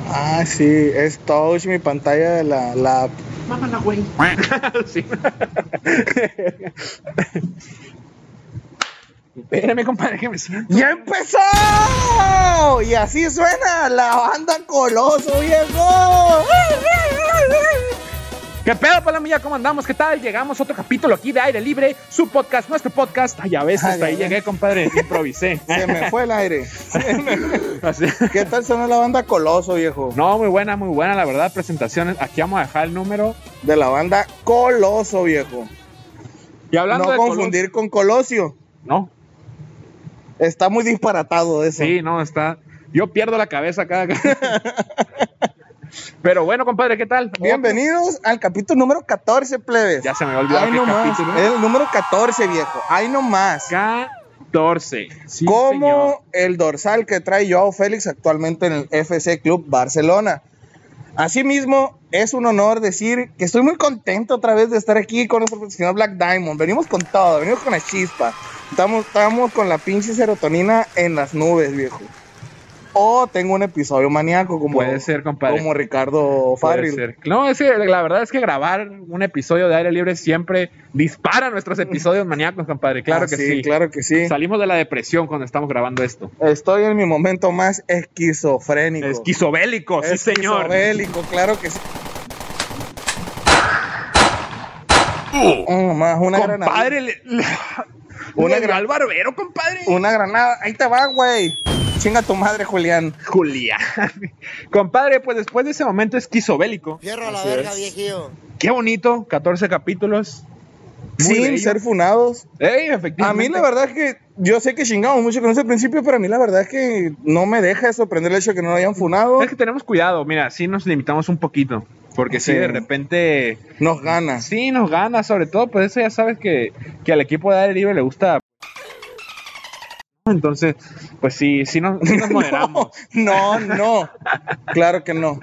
Ah, sí, es touch mi pantalla de la app. Mámala, güey. Sí. Espérame, compadre, que me siento. ¡Ya empezó! Y así suena la banda Coloso, viejo. ¿Qué pedo, Palomilla? ¿Cómo andamos? ¿Qué tal? Llegamos a otro capítulo aquí de Aire Libre, su podcast, nuestro podcast. Ay, a veces hasta ahí llegué, compadre, improvisé. Se me fue el aire. Así. ¿Qué tal suena la banda Coloso, viejo? No, muy buena, la verdad, presentaciones. Aquí vamos a dejar el número. De la banda Coloso, viejo. Y hablando No de confundir con Colosio. No. Está muy disparatado eso. Sí, no, está. Yo pierdo la cabeza cada. Pero bueno, compadre, ¿qué tal? Bienvenidos al capítulo número 14, plebes. Ya se me olvidó Ay, qué no más. capítulo. Es el número 14, viejo. Ay, no más. 14. Sí, Como señor. el dorsal que trae Joao Félix actualmente en el FC Club Barcelona. Asimismo, es un honor decir que estoy muy contento otra vez de estar aquí con nuestro profesional Black Diamond. Venimos con todo, venimos con la chispa. Estamos con la pinche serotonina en las nubes, viejo. O tengo un episodio maníaco como, Puede ser, compadre. como Ricardo Puede Farril. ser. No, es que la verdad es que grabar un episodio de Aire Libre siempre dispara nuestros episodios maníacos, compadre. Claro que sí. Claro que sí. Salimos de la depresión cuando estamos grabando esto. Estoy en mi momento más esquizofrénico. Esquizobélico, sí, señor. Esquizobélico, claro que sí. Más una granada. Compadre, Una al barbero, compadre. Una granada. Ahí te va, güey. Chinga tu madre, Julián. Julián. Compadre, pues después de ese momento esquizobélico. Fierro a la Así verga, es. viejillo. Qué bonito, 14 capítulos. Muy Sin bello. ser funados. Efectivamente. A mí la verdad es que yo sé que chingamos mucho con ese principio, pero a mí la verdad es que no me deja de sorprender el hecho de que no lo hayan funado. Es que tenemos cuidado, mira, sí nos limitamos un poquito. Porque si Sí. de repente. Nos gana. Sí, nos gana, sobre todo, pues eso ya sabes que al equipo de Aire Libre le gusta. Entonces, pues sí nos moderamos. No. Claro que no.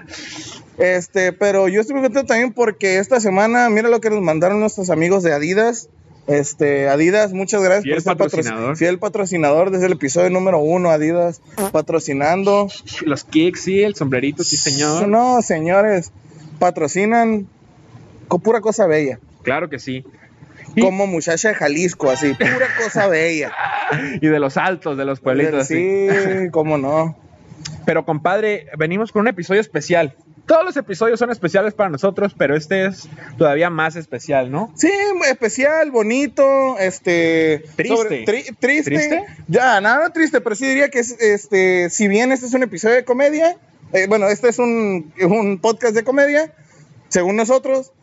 Pero yo estoy muy contento también porque esta semana, mira lo que nos mandaron nuestros amigos de Adidas. Adidas, muchas gracias Fiel por ser patrocinador. fiel patrocinador desde el episodio número 1, Adidas patrocinando. Los kicks, sí, el sombrerito, sí, señor. No, señores, patrocinan con pura cosa bella. Claro que sí. Y- Como muchacha de Jalisco, así, pura cosa bella. Y de los altos, de los pueblitos, así. Sí, cómo no. Pero, compadre, venimos con un episodio especial. Todos los episodios son especiales para nosotros, pero este es todavía más especial, ¿no? Sí, muy especial, bonito, Triste. triste. ¿Triste? Ya, nada triste, pero sí diría que es, si bien este es un episodio de comedia, bueno, este es un podcast de comedia, según nosotros,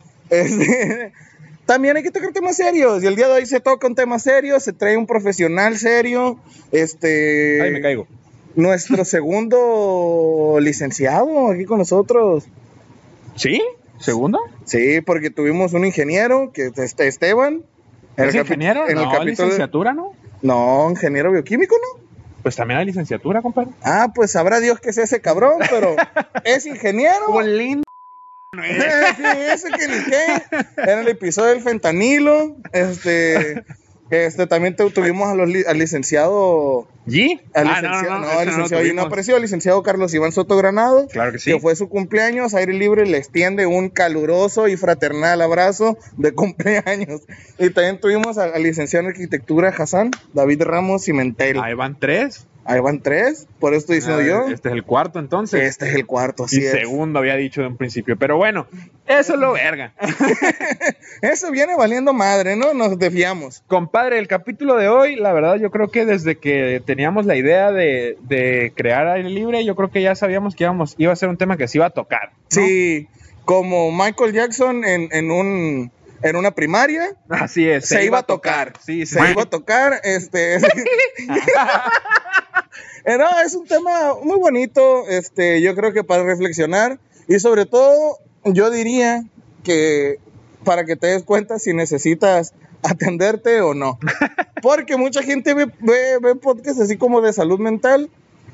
también hay que tocar temas serios, y el día de hoy se toca un tema serio, se trae un profesional serio, Ay, me caigo. nuestro segundo licenciado aquí con nosotros. ¿Sí? ¿Segundo? Sí, porque tuvimos un ingeniero, que es Esteban. ¿Es ingeniero? En el No, capítulo licenciatura, ¿no? No, ingeniero bioquímico, ¿no? Pues también hay licenciatura, compadre. Ah, pues sabrá Dios que es ese cabrón, pero es ingeniero. lindo. Sí, ese que ni qué. En el episodio del fentanilo, también tuvimos al licenciado. ¿Y? Al No, licenciado, no, al ese licenciado, y no tuvimos. apareció, al licenciado Carlos Iván Soto Granado. Claro que sí. Que fue su cumpleaños. Aire Libre le extiende un caluroso y fraternal abrazo de cumpleaños. Y también tuvimos al licenciado en arquitectura Hassan, David Ramos Cimentel. Ahí van 3. Ahí van 3, por eso estoy diciendo yo. Este es el cuarto, entonces. Este es el cuarto, así Y es. segundo había dicho de un principio. Pero bueno, eso es lo verga. Eso viene valiendo madre, ¿no? Nos desviamos. Compadre, el capítulo de hoy, la verdad, yo creo que desde que teníamos la idea de crear Aire Libre, yo creo que ya sabíamos que iba a ser un tema que se iba a tocar, ¿no? Sí, como Michael Jackson en una primaria, Así es. se iba a tocar. Sí, sí. Se iba a tocar, No, es un tema muy bonito, yo creo que para reflexionar y sobre todo yo diría que para que te des cuenta si necesitas atenderte o no, porque mucha gente ve podcasts así como de salud mental,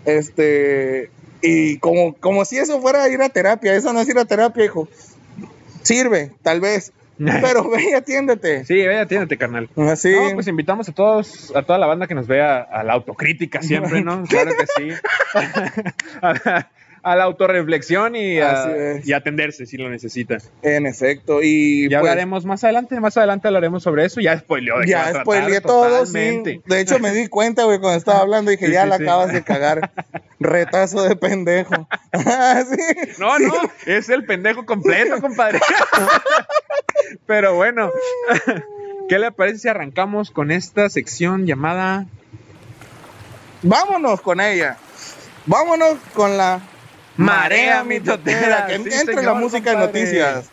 y como si eso fuera ir a terapia. Eso no es ir a terapia, hijo. Sirve, tal vez, pero ve y atiéndete. Sí, ve, atiéndete, carnal. Así. No, pues invitamos a toda la banda que nos vea a la autocrítica siempre, ¿no? Claro que sí. a la autorreflexión y atenderse si lo necesita. En efecto. Y ya hablaremos más adelante hablaremos sobre eso. Ya spoileó. Ya spoileé todo, sí. De hecho, me di cuenta, güey, cuando estaba hablando, dije, la acabas de cagar. Retazo de pendejo. ¿Sí? No, es el pendejo completo, compadre. Pero bueno, ¿qué le parece si arrancamos con esta sección llamada? Vámonos con ella. Vámonos con la Marea Mitotera. Que entre la música de noticias.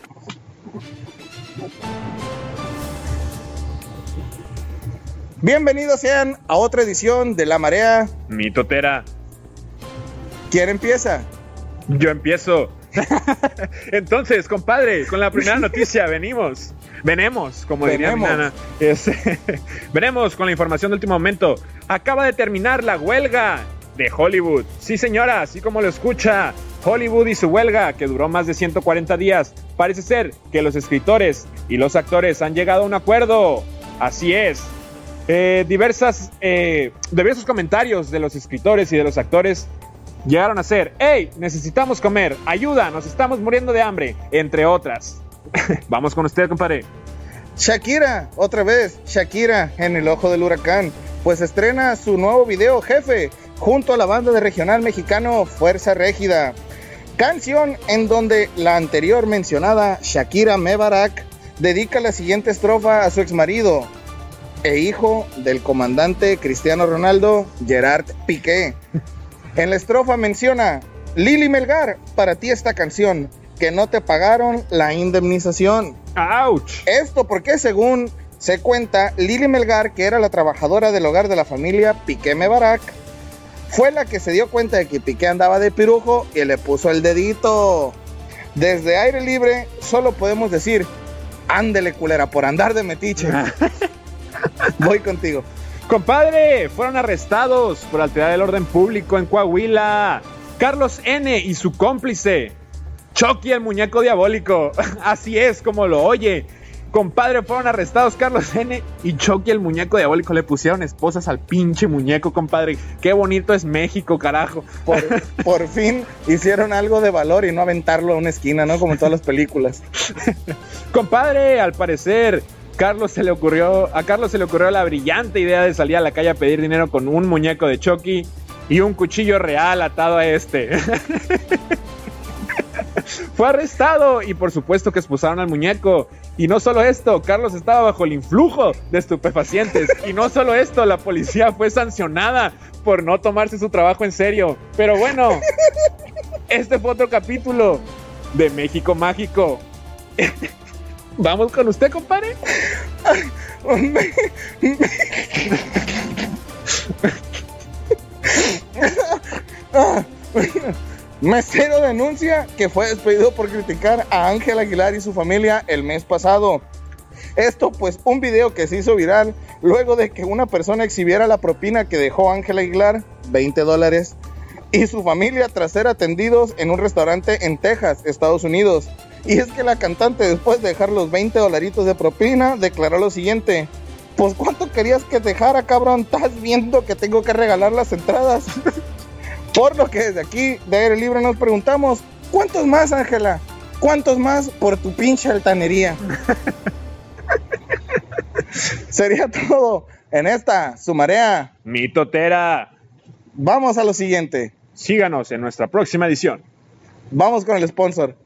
Bienvenidos sean a otra edición de La Marea Mitotera. ¿Quién empieza? Yo empiezo. Entonces, compadre, con la primera noticia venemos, como diría mi nana. Venemos con la información de último momento. Acaba de terminar la huelga de Hollywood. Sí, señora, así como lo escucha, Hollywood y su huelga, que duró más de 140 días. Parece ser que los escritores y los actores han llegado a un acuerdo. Así es. Diversos comentarios de los escritores y de los actores llegaron a ser: ¡Hey! Necesitamos comer, ayuda, nos estamos muriendo de hambre, entre otras. Vamos con usted, compadre. Shakira, otra vez, Shakira en el ojo del huracán, pues estrena su nuevo video, Jefe, junto a la banda de regional mexicano Fuerza Régida. Canción en donde la anterior mencionada Shakira Mebarak dedica la siguiente estrofa a su exmarido e hijo del comandante Cristiano Ronaldo, Gerard Piqué. En la estrofa menciona: Lili Melgar, para ti esta canción, que no te pagaron la indemnización. ¡Auch! Esto porque, según se cuenta, Lili Melgar, que era la trabajadora del hogar de la familia Piqué Mebarak, fue la que se dio cuenta de que Piqué andaba de pirujo y le puso el dedito. Desde Aire Libre solo podemos decir: ándele, culera, por andar de metiche. Voy contigo. Compadre, fueron arrestados por alterar el orden público en Coahuila Carlos N. y su cómplice Chucky, el muñeco diabólico. Así es como lo oye. Compadre, fueron arrestados Carlos N. y Chucky, el muñeco diabólico. Le pusieron esposas al pinche muñeco, compadre. Qué bonito es México, carajo. Por fin hicieron algo de valor y no aventarlo a una esquina, ¿no? Como en todas las películas. Compadre, al parecer a Carlos se le ocurrió la brillante idea de salir a la calle a pedir dinero con un muñeco de Chucky y un cuchillo real atado a este. Fue arrestado y por supuesto que expulsaron al muñeco. Y no solo esto, Carlos estaba bajo el influjo de estupefacientes. Y no solo esto, la policía fue sancionada por no tomarse su trabajo en serio. Pero bueno, este fue otro capítulo de México Mágico. ¿Vamos con usted, compadre? Mesero denuncia que fue despedido por criticar a Ángel Aguilar y su familia el mes pasado. Esto pues un video que se hizo viral luego de que una persona exhibiera la propina que dejó Ángel Aguilar, $20, y su familia tras ser atendidos en un restaurante en Texas, Estados Unidos. Y es que la cantante, después de dejar los $20 de propina, declaró lo siguiente: pues ¿cuánto querías que dejara, cabrón? ¿Estás viendo que tengo que regalar las entradas? Por lo que desde aquí de Aire Libre nos preguntamos: ¿cuántos más, Ángela? ¿Cuántos más por tu pinche altanería? Sería todo en esta, su Marea Mitotera. Vamos a lo siguiente. Síganos en nuestra próxima edición. Vamos con el sponsor.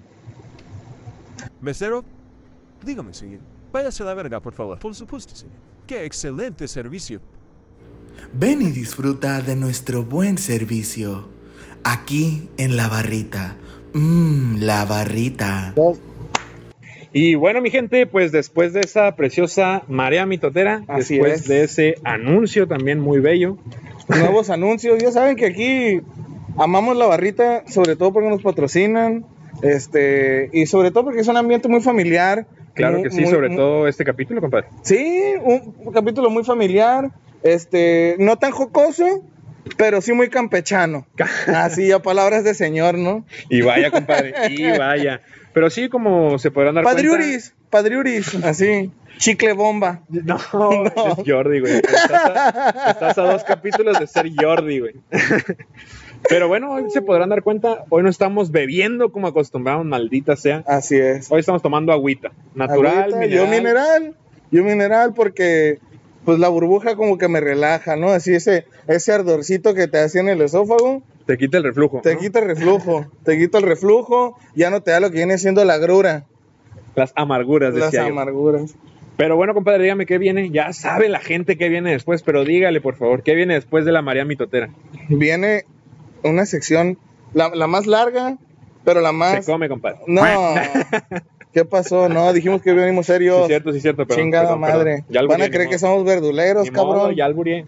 Mesero, dígame, señor. Váyase a la verga, por favor. Por supuesto, señor. ¡Qué excelente servicio! Ven y disfruta de nuestro buen servicio. Aquí en La Barrita. La Barrita. Y bueno, mi gente, pues después de esa preciosa Marea Mitotera, después de ese anuncio también muy bello. Nuevos anuncios. Ya saben que aquí amamos La Barrita, sobre todo porque nos patrocinan. Y sobre todo porque es un ambiente muy familiar. Claro que sí, sobre todo este capítulo, compadre. Sí, un capítulo muy familiar, no tan jocoso, pero sí muy campechano. Así a palabras de señor, ¿no? Y vaya, compadre, y vaya. Pero sí, como se podrán dar Padriuris, así, chicle bomba. No, es Jordi, güey. Estás a 2 capítulos de ser Jordi, güey. Pero bueno, hoy se podrán dar cuenta, hoy no estamos bebiendo como acostumbramos, maldita sea. Así es. Hoy estamos tomando agüita, natural, Agüita, yo mineral porque pues la burbuja como que me relaja, ¿no? Así ese ardorcito que te hacía en el esófago. Te quita el reflujo. Te quita el reflujo, ya no te da lo que viene siendo la agrura. Las amarguras, decía Las yo. amarguras. Pero bueno, compadre, dígame qué viene. Ya sabe la gente qué viene después, pero dígale, por favor, qué viene después de la María Mitotera. Viene una sección, la más larga, pero la más... Se come, compadre. No, ¿qué pasó? No, dijimos que venimos serios. Sí, cierto, perdón. Chingada perdón, madre. perdón. Van a creer que somos verduleros, Ni cabrón. modo, ya alburié.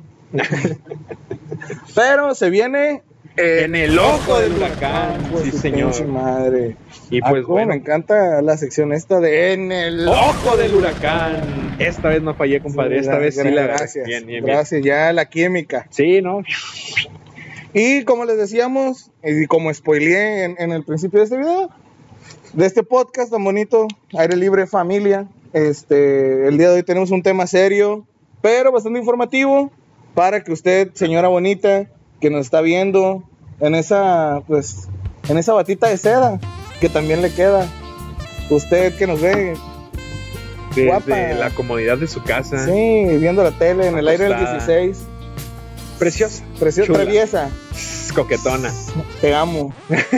Pero se viene... En el ojo del huracán, sí, señor. Pinche madre. Y pues cómo bueno, me encanta la sección esta de En el ojo del huracán. Esta vez no fallé, compadre. Esta vez sí la agarré. Gracias. Bien. Gracias, ya la química. Sí, ¿no? Y como les decíamos, y como spoileé en el principio de este video, de este podcast tan bonito, Aire Libre Familia, el día de hoy tenemos un tema serio, pero bastante informativo, para que usted, señora bonita, que nos está viendo, en esa batita de seda, que también le queda, usted que nos ve, Desde guapa. la comodidad de su casa. Sí, viendo la tele en el aire del Acostada. 16. Preciosa. Preciosa, Chula. traviesa. Coquetona. Te amo.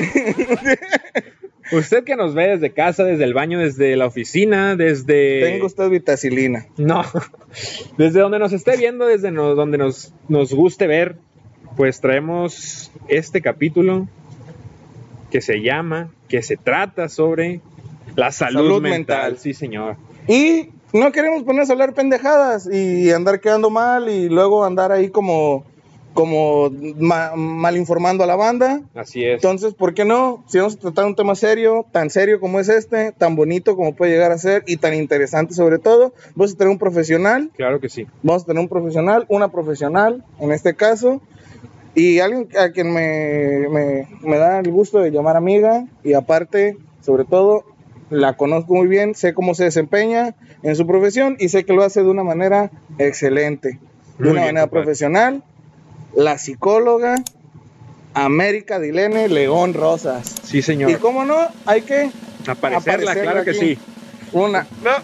Usted que nos ve desde casa, desde el baño, desde la oficina, desde... Tengo usted vitacilina. No, desde donde nos esté viendo, desde donde nos guste ver, pues traemos este capítulo que se trata sobre la salud mental. Sí, señor. Y no queremos ponernos a hablar pendejadas y andar quedando mal y luego andar ahí como mal informando a la banda. Así es. Entonces, ¿por qué no? Si vamos a tratar un tema serio, tan serio como es tan bonito como puede llegar a ser y tan interesante sobre todo, vamos a tener un profesional. Claro que sí. Vamos a tener un profesional, una profesional en este caso, y alguien a quien me da el gusto de llamar amiga, y aparte, sobre todo, la conozco muy bien, sé cómo se desempeña en su profesión y sé que lo hace de una manera excelente, de una manera profesional, la psicóloga América Dilene León Rosas. Sí, señor. Y cómo no, hay que Aparecerla, claro que aquí. sí. Una.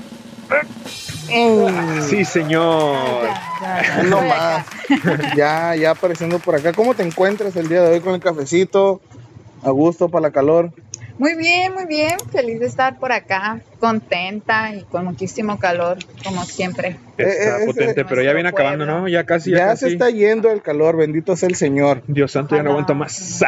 Sí, señor. No más. Ya apareciendo por acá. ¿Cómo te encuentras el día de hoy con el cafecito? A gusto para la calor. Muy bien, feliz de estar por acá, contenta y con muchísimo calor, como siempre. Está potente, pero ya viene acabando, pueblo. ¿no? Ya casi. Ya se está yendo el calor, bendito sea el Señor. Dios santo, ya no Ojalá. aguanto más.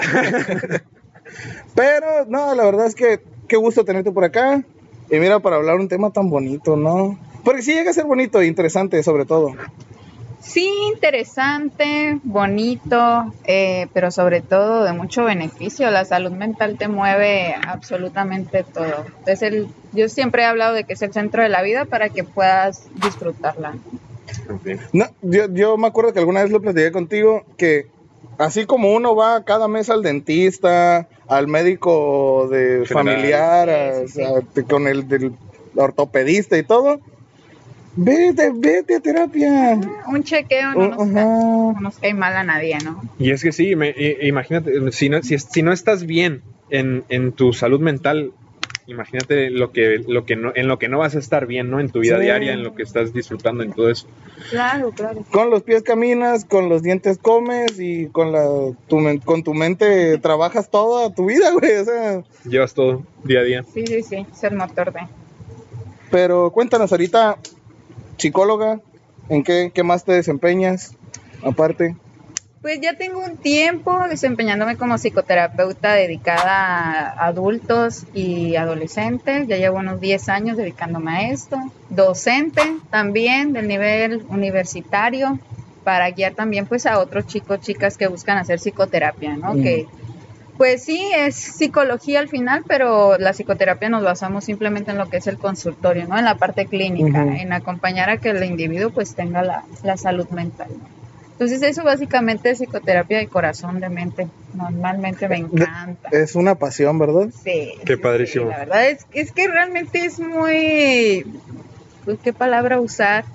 Pero, no, la verdad es que qué gusto tenerte por acá. Y mira, para hablar un tema tan bonito, ¿no? Porque sí llega a ser bonito e interesante, sobre todo. Sí, interesante, bonito, pero sobre todo de mucho beneficio. La salud mental te mueve absolutamente todo. Entonces, yo siempre he hablado de que es el centro de la vida para que puedas disfrutarla. No, yo me acuerdo que alguna vez lo platiqué contigo, que así como uno va cada mes al dentista, al médico de familiar, Sí. con el del ortopedista y todo, vete a terapia. Un chequeo no nos cae mal a nadie, ¿no? Y es que sí, imagínate, si no estás bien en tu salud mental, imagínate en lo que no vas a estar bien, ¿no? En tu vida Sí. diaria, en lo que estás disfrutando, en todo eso. Claro. Con los pies caminas, con los dientes comes y con tu mente trabajas toda tu vida, güey. O sea, Llevas todo día a día. Sí, es el motor de... pero cuéntanos ahorita, psicóloga, ¿en qué más te desempeñas? Aparte. Pues ya tengo un tiempo desempeñándome como psicoterapeuta dedicada a adultos y adolescentes. Ya llevo unos 10 años dedicándome a esto. Docente también del nivel universitario para guiar también pues a otros chicos, chicas que buscan hacer psicoterapia, ¿no? Que pues sí, es psicología al final, pero la psicoterapia nos basamos simplemente en lo que es el consultorio, ¿no? En la parte clínica, en acompañar a que el individuo pues tenga la salud mental, ¿no? Entonces eso básicamente es psicoterapia de corazón, de mente. Normalmente me encanta. Es una pasión, ¿verdad? Sí. Qué sí, padrísimo. sí, la verdad es que realmente es muy, pues, ¿qué palabra usar?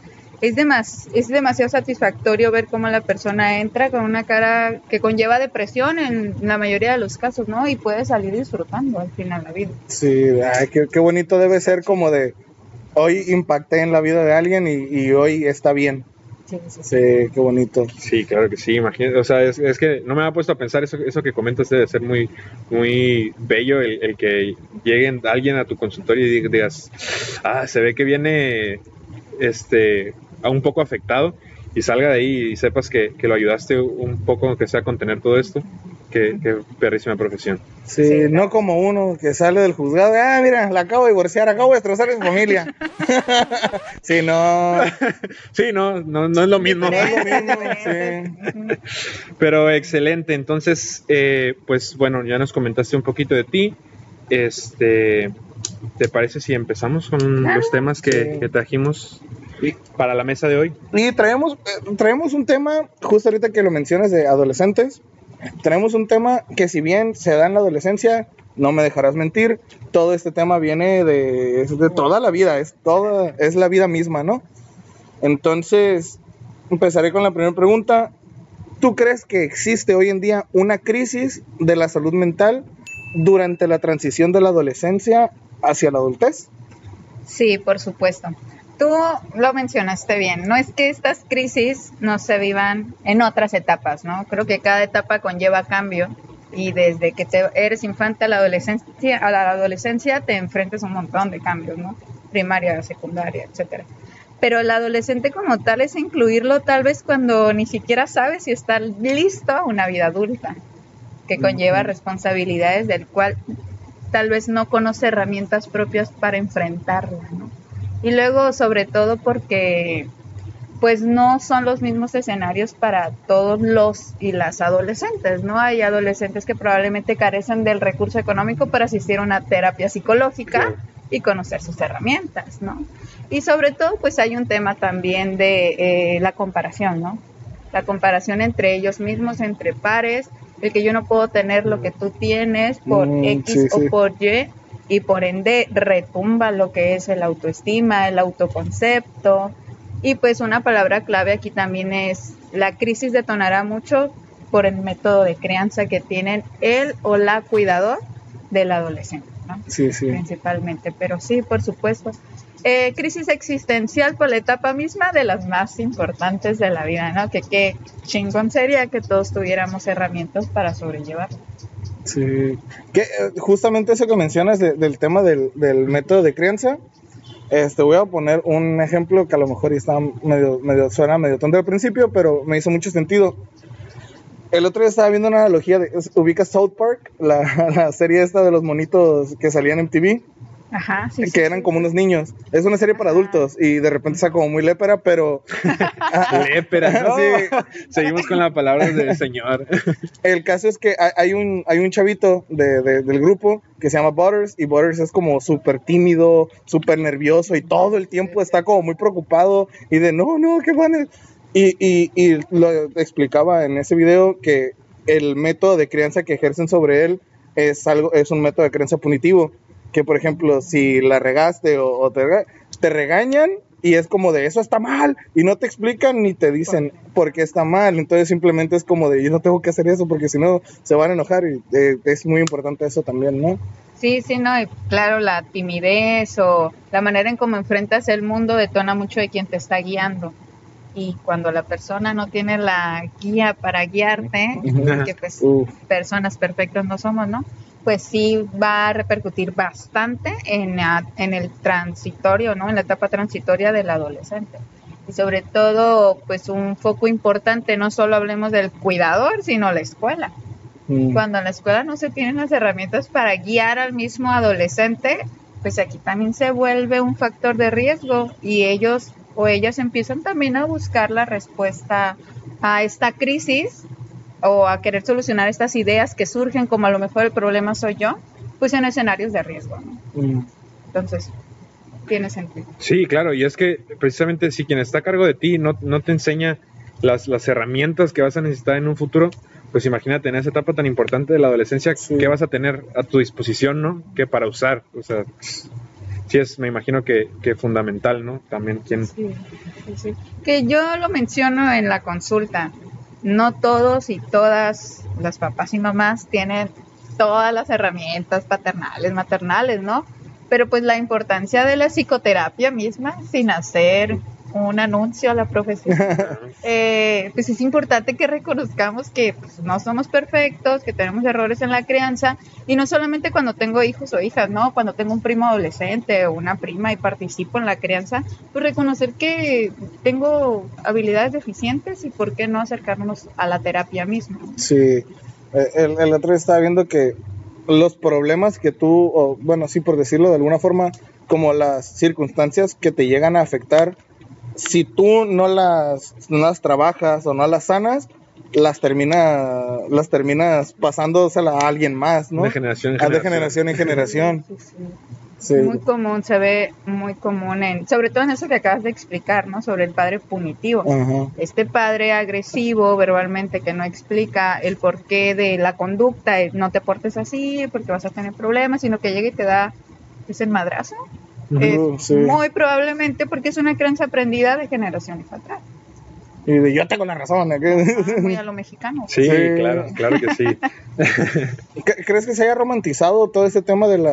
es demasiado satisfactorio ver cómo la persona entra con una cara que conlleva depresión en la mayoría de los casos, ¿no? Y puede salir disfrutando al final la vida. Sí, ay, qué bonito debe ser como de hoy impacté en la vida de alguien y hoy está bien. Sí, qué bonito. Sí, claro que sí, imagínate, o sea, es que no me había puesto a pensar eso que comentas debe ser muy, muy bello el que llegue alguien a tu consultorio y digas, se ve que viene a un poco afectado y salga de ahí y sepas que lo ayudaste un poco, aunque sea a contener todo esto. Qué perrísima profesión. Sí, no como uno que sale del juzgado, mira, la acabo de divorciar, acabo de destrozar a mi familia. Sí, no. Sí, no es lo mismo. No es lo mismo, sí. Pero excelente, entonces, pues bueno, ya nos comentaste un poquito de ti. ¿Te parece si empezamos con los temas que trajimos para la mesa de hoy? Y traemos un tema, justo ahorita que lo mencionas, de adolescentes. Traemos un tema que, si bien se da en la adolescencia, no me dejarás mentir, todo este tema viene de toda la vida, es la vida misma, ¿no? Entonces, empezaré con la primera pregunta. ¿Tú crees que existe hoy en día una crisis de la salud mental durante la transición de la adolescencia hacia la adultez? Sí, por supuesto. Tú lo mencionaste bien, no es que estas crisis no se vivan en otras etapas, ¿no? Creo que cada etapa conlleva cambio y desde que eres infante a la adolescencia te enfrentas a un montón de cambios, ¿no? Primaria, secundaria, etcétera. Pero el adolescente como tal es incluirlo tal vez cuando ni siquiera sabe si está listo a una vida adulta, que conlleva responsabilidades del cual tal vez no conoce herramientas propias para enfrentarla, ¿no? Y luego, sobre todo, porque pues no son los mismos escenarios para todos los y las adolescentes, ¿no? Hay adolescentes que probablemente carecen del recurso económico para asistir a una terapia psicológica y conocer sus herramientas, ¿no? Y sobre todo, pues hay un tema también de la comparación, ¿no? La comparación entre ellos mismos, entre pares, el que yo no puedo tener lo que tú tienes por X o por Y, y por ende retumba lo que es el autoestima, el autoconcepto. Y pues una palabra clave aquí también es la crisis detonará mucho por el método de crianza que tienen él o la cuidador del adolescente, ¿no? Sí. Principalmente, pero sí, por supuesto. Crisis existencial por la etapa misma de las más importantes de la vida, ¿no? Que qué chingón sería que todos tuviéramos herramientas para sobrellevarlo. Sí, que justamente eso que mencionas del tema del método de crianza, voy a poner un ejemplo que a lo mejor está suena medio tonto al principio, pero me hizo mucho sentido. El otro día estaba viendo una analogía ¿ubicas South Park? La serie esta de los monitos que salían en MTV. Ajá, sí. Que eran como unos niños. Es una serie para adultos y de repente está como muy lépera, pero... Lépera, ¿no? Sí. Seguimos con la palabra del señor. El caso es que hay un chavito del grupo que se llama Butters, y Butters es como súper tímido, súper nervioso y todo el tiempo está como muy preocupado y de no, ¿qué van a...? Y lo explicaba en ese video que el método de crianza que ejercen sobre él es un método de crianza punitivo. Que, por ejemplo, si la regaste o te regañan y es como de eso está mal y no te explican ni te dicen por qué está mal. Entonces simplemente es como de yo no tengo que hacer eso porque si no se van a enojar y es muy importante eso también, ¿no? Sí, no, y claro, la timidez o la manera en cómo enfrentas el mundo detona mucho de quien te está guiando. Y cuando la persona no tiene la guía para guiarte, que pues personas perfectas no somos, ¿no? Pues sí va a repercutir bastante en el transitorio, ¿no? En la etapa transitoria del adolescente. Y sobre todo, pues un foco importante, no solo hablemos del cuidador, sino la escuela. Cuando en la escuela no se tienen las herramientas para guiar al mismo adolescente, pues aquí también se vuelve un factor de riesgo y ellos o ellas empiezan también a buscar la respuesta a esta crisis o a querer solucionar estas ideas que surgen como a lo mejor el problema soy yo, pues en escenarios de riesgo, ¿no? Entonces, tiene sentido. Sí, claro, y es que precisamente si quien está a cargo de ti no te enseña las herramientas que vas a necesitar en un futuro, pues imagínate en esa etapa tan importante de la adolescencia, ¿qué vas a tener a tu disposición, no? ¿Qué para usar? O sea... sí es, me imagino que fundamental, ¿no? También quien... Sí. Que yo lo menciono en la consulta. No todos y todas las papás y mamás tienen todas las herramientas paternales, maternales, ¿no? Pero pues la importancia de la psicoterapia misma, sin hacer un anuncio a la profesión, pues es importante que reconozcamos que pues, no somos perfectos, que tenemos errores en la crianza, y no solamente cuando tengo hijos o hijas, ¿no? Cuando tengo un primo adolescente o una prima y participo en la crianza, pues reconocer que tengo habilidades deficientes y por qué no acercarnos a la terapia misma. Sí, el otro día estaba viendo que los problemas que tú, o bueno, sí, por decirlo de alguna forma, como las circunstancias que te llegan a afectar, si tú no las trabajas o no las sanas, las terminas pasándoselas a alguien más, ¿no? De generación en De generación. generación en generación. Sí. Muy común, se ve muy común, sobre todo en eso que acabas de explicar, ¿no? Sobre el padre punitivo. Ajá. Este padre agresivo verbalmente que no explica el porqué de la conducta, no te portes así porque vas a tener problemas, sino que llega y te da ese madrazo. Sí. Muy probablemente porque es una creencia aprendida de generaciones atrás. Y de yo tengo la razón. Muy a lo mexicano. Sí, Sí. claro que sí. ¿Crees que se haya romantizado todo este tema de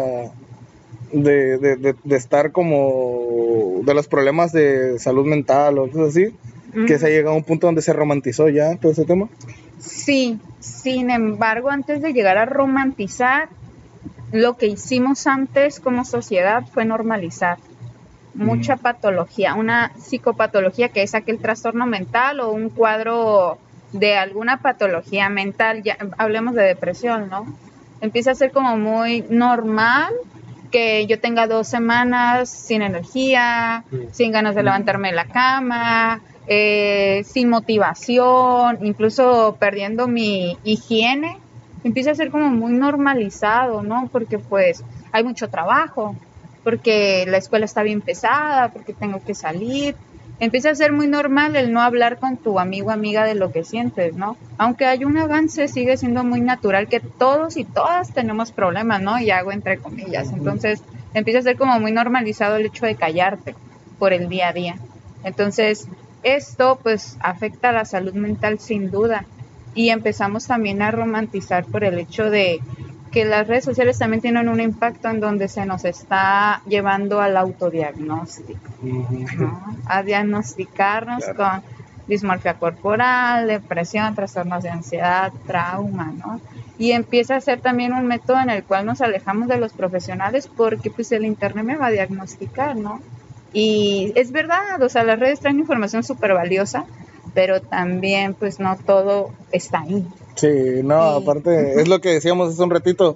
estar como de los problemas de salud mental o cosas así? Que se ha llegado a un punto donde se romantizó ya todo ese tema. Sí, sin embargo, antes de llegar a romantizar, lo que hicimos antes como sociedad fue normalizar mucha patología, una psicopatología que es aquel trastorno mental o un cuadro de alguna patología mental, ya hablemos de depresión, ¿no? Empieza a ser como muy normal que yo tenga 2 semanas sin energía, sin ganas de levantarme de la cama, sin motivación, incluso perdiendo mi higiene. Empieza a ser como muy normalizado, ¿no? Porque pues hay mucho trabajo, porque la escuela está bien pesada, porque tengo que salir. Empieza a ser muy normal el no hablar con tu amigo o amiga de lo que sientes, ¿no? Aunque hay un avance, sigue siendo muy natural que todos y todas tenemos problemas, ¿no? Y hago entre comillas. Entonces empieza a ser como muy normalizado el hecho de callarte por el día a día. Entonces esto pues afecta a la salud mental sin duda. Y empezamos también a romantizar por el hecho de que las redes sociales también tienen un impacto en donde se nos está llevando al autodiagnóstico, ¿no? A diagnosticarnos con dismorfia corporal, depresión, trastornos de ansiedad, trauma, ¿no? Y empieza a ser también un método en el cual nos alejamos de los profesionales porque pues el internet me va a diagnosticar, ¿no? Y es verdad, o sea, las redes traen información súper valiosa, pero también pues no todo está ahí. Sí, no, aparte, es lo que decíamos hace un ratito,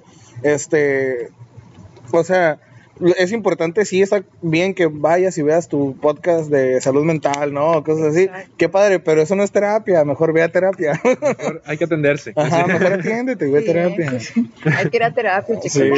o sea, es importante, sí, está bien que vayas y veas tu podcast de salud mental, ¿no? Cosas así, qué padre, pero eso no es terapia, mejor ve a terapia. Mejor hay que atenderse. Ajá, mejor atiéndete y ve a terapia. Hay que ir a terapia, chicos. Sí.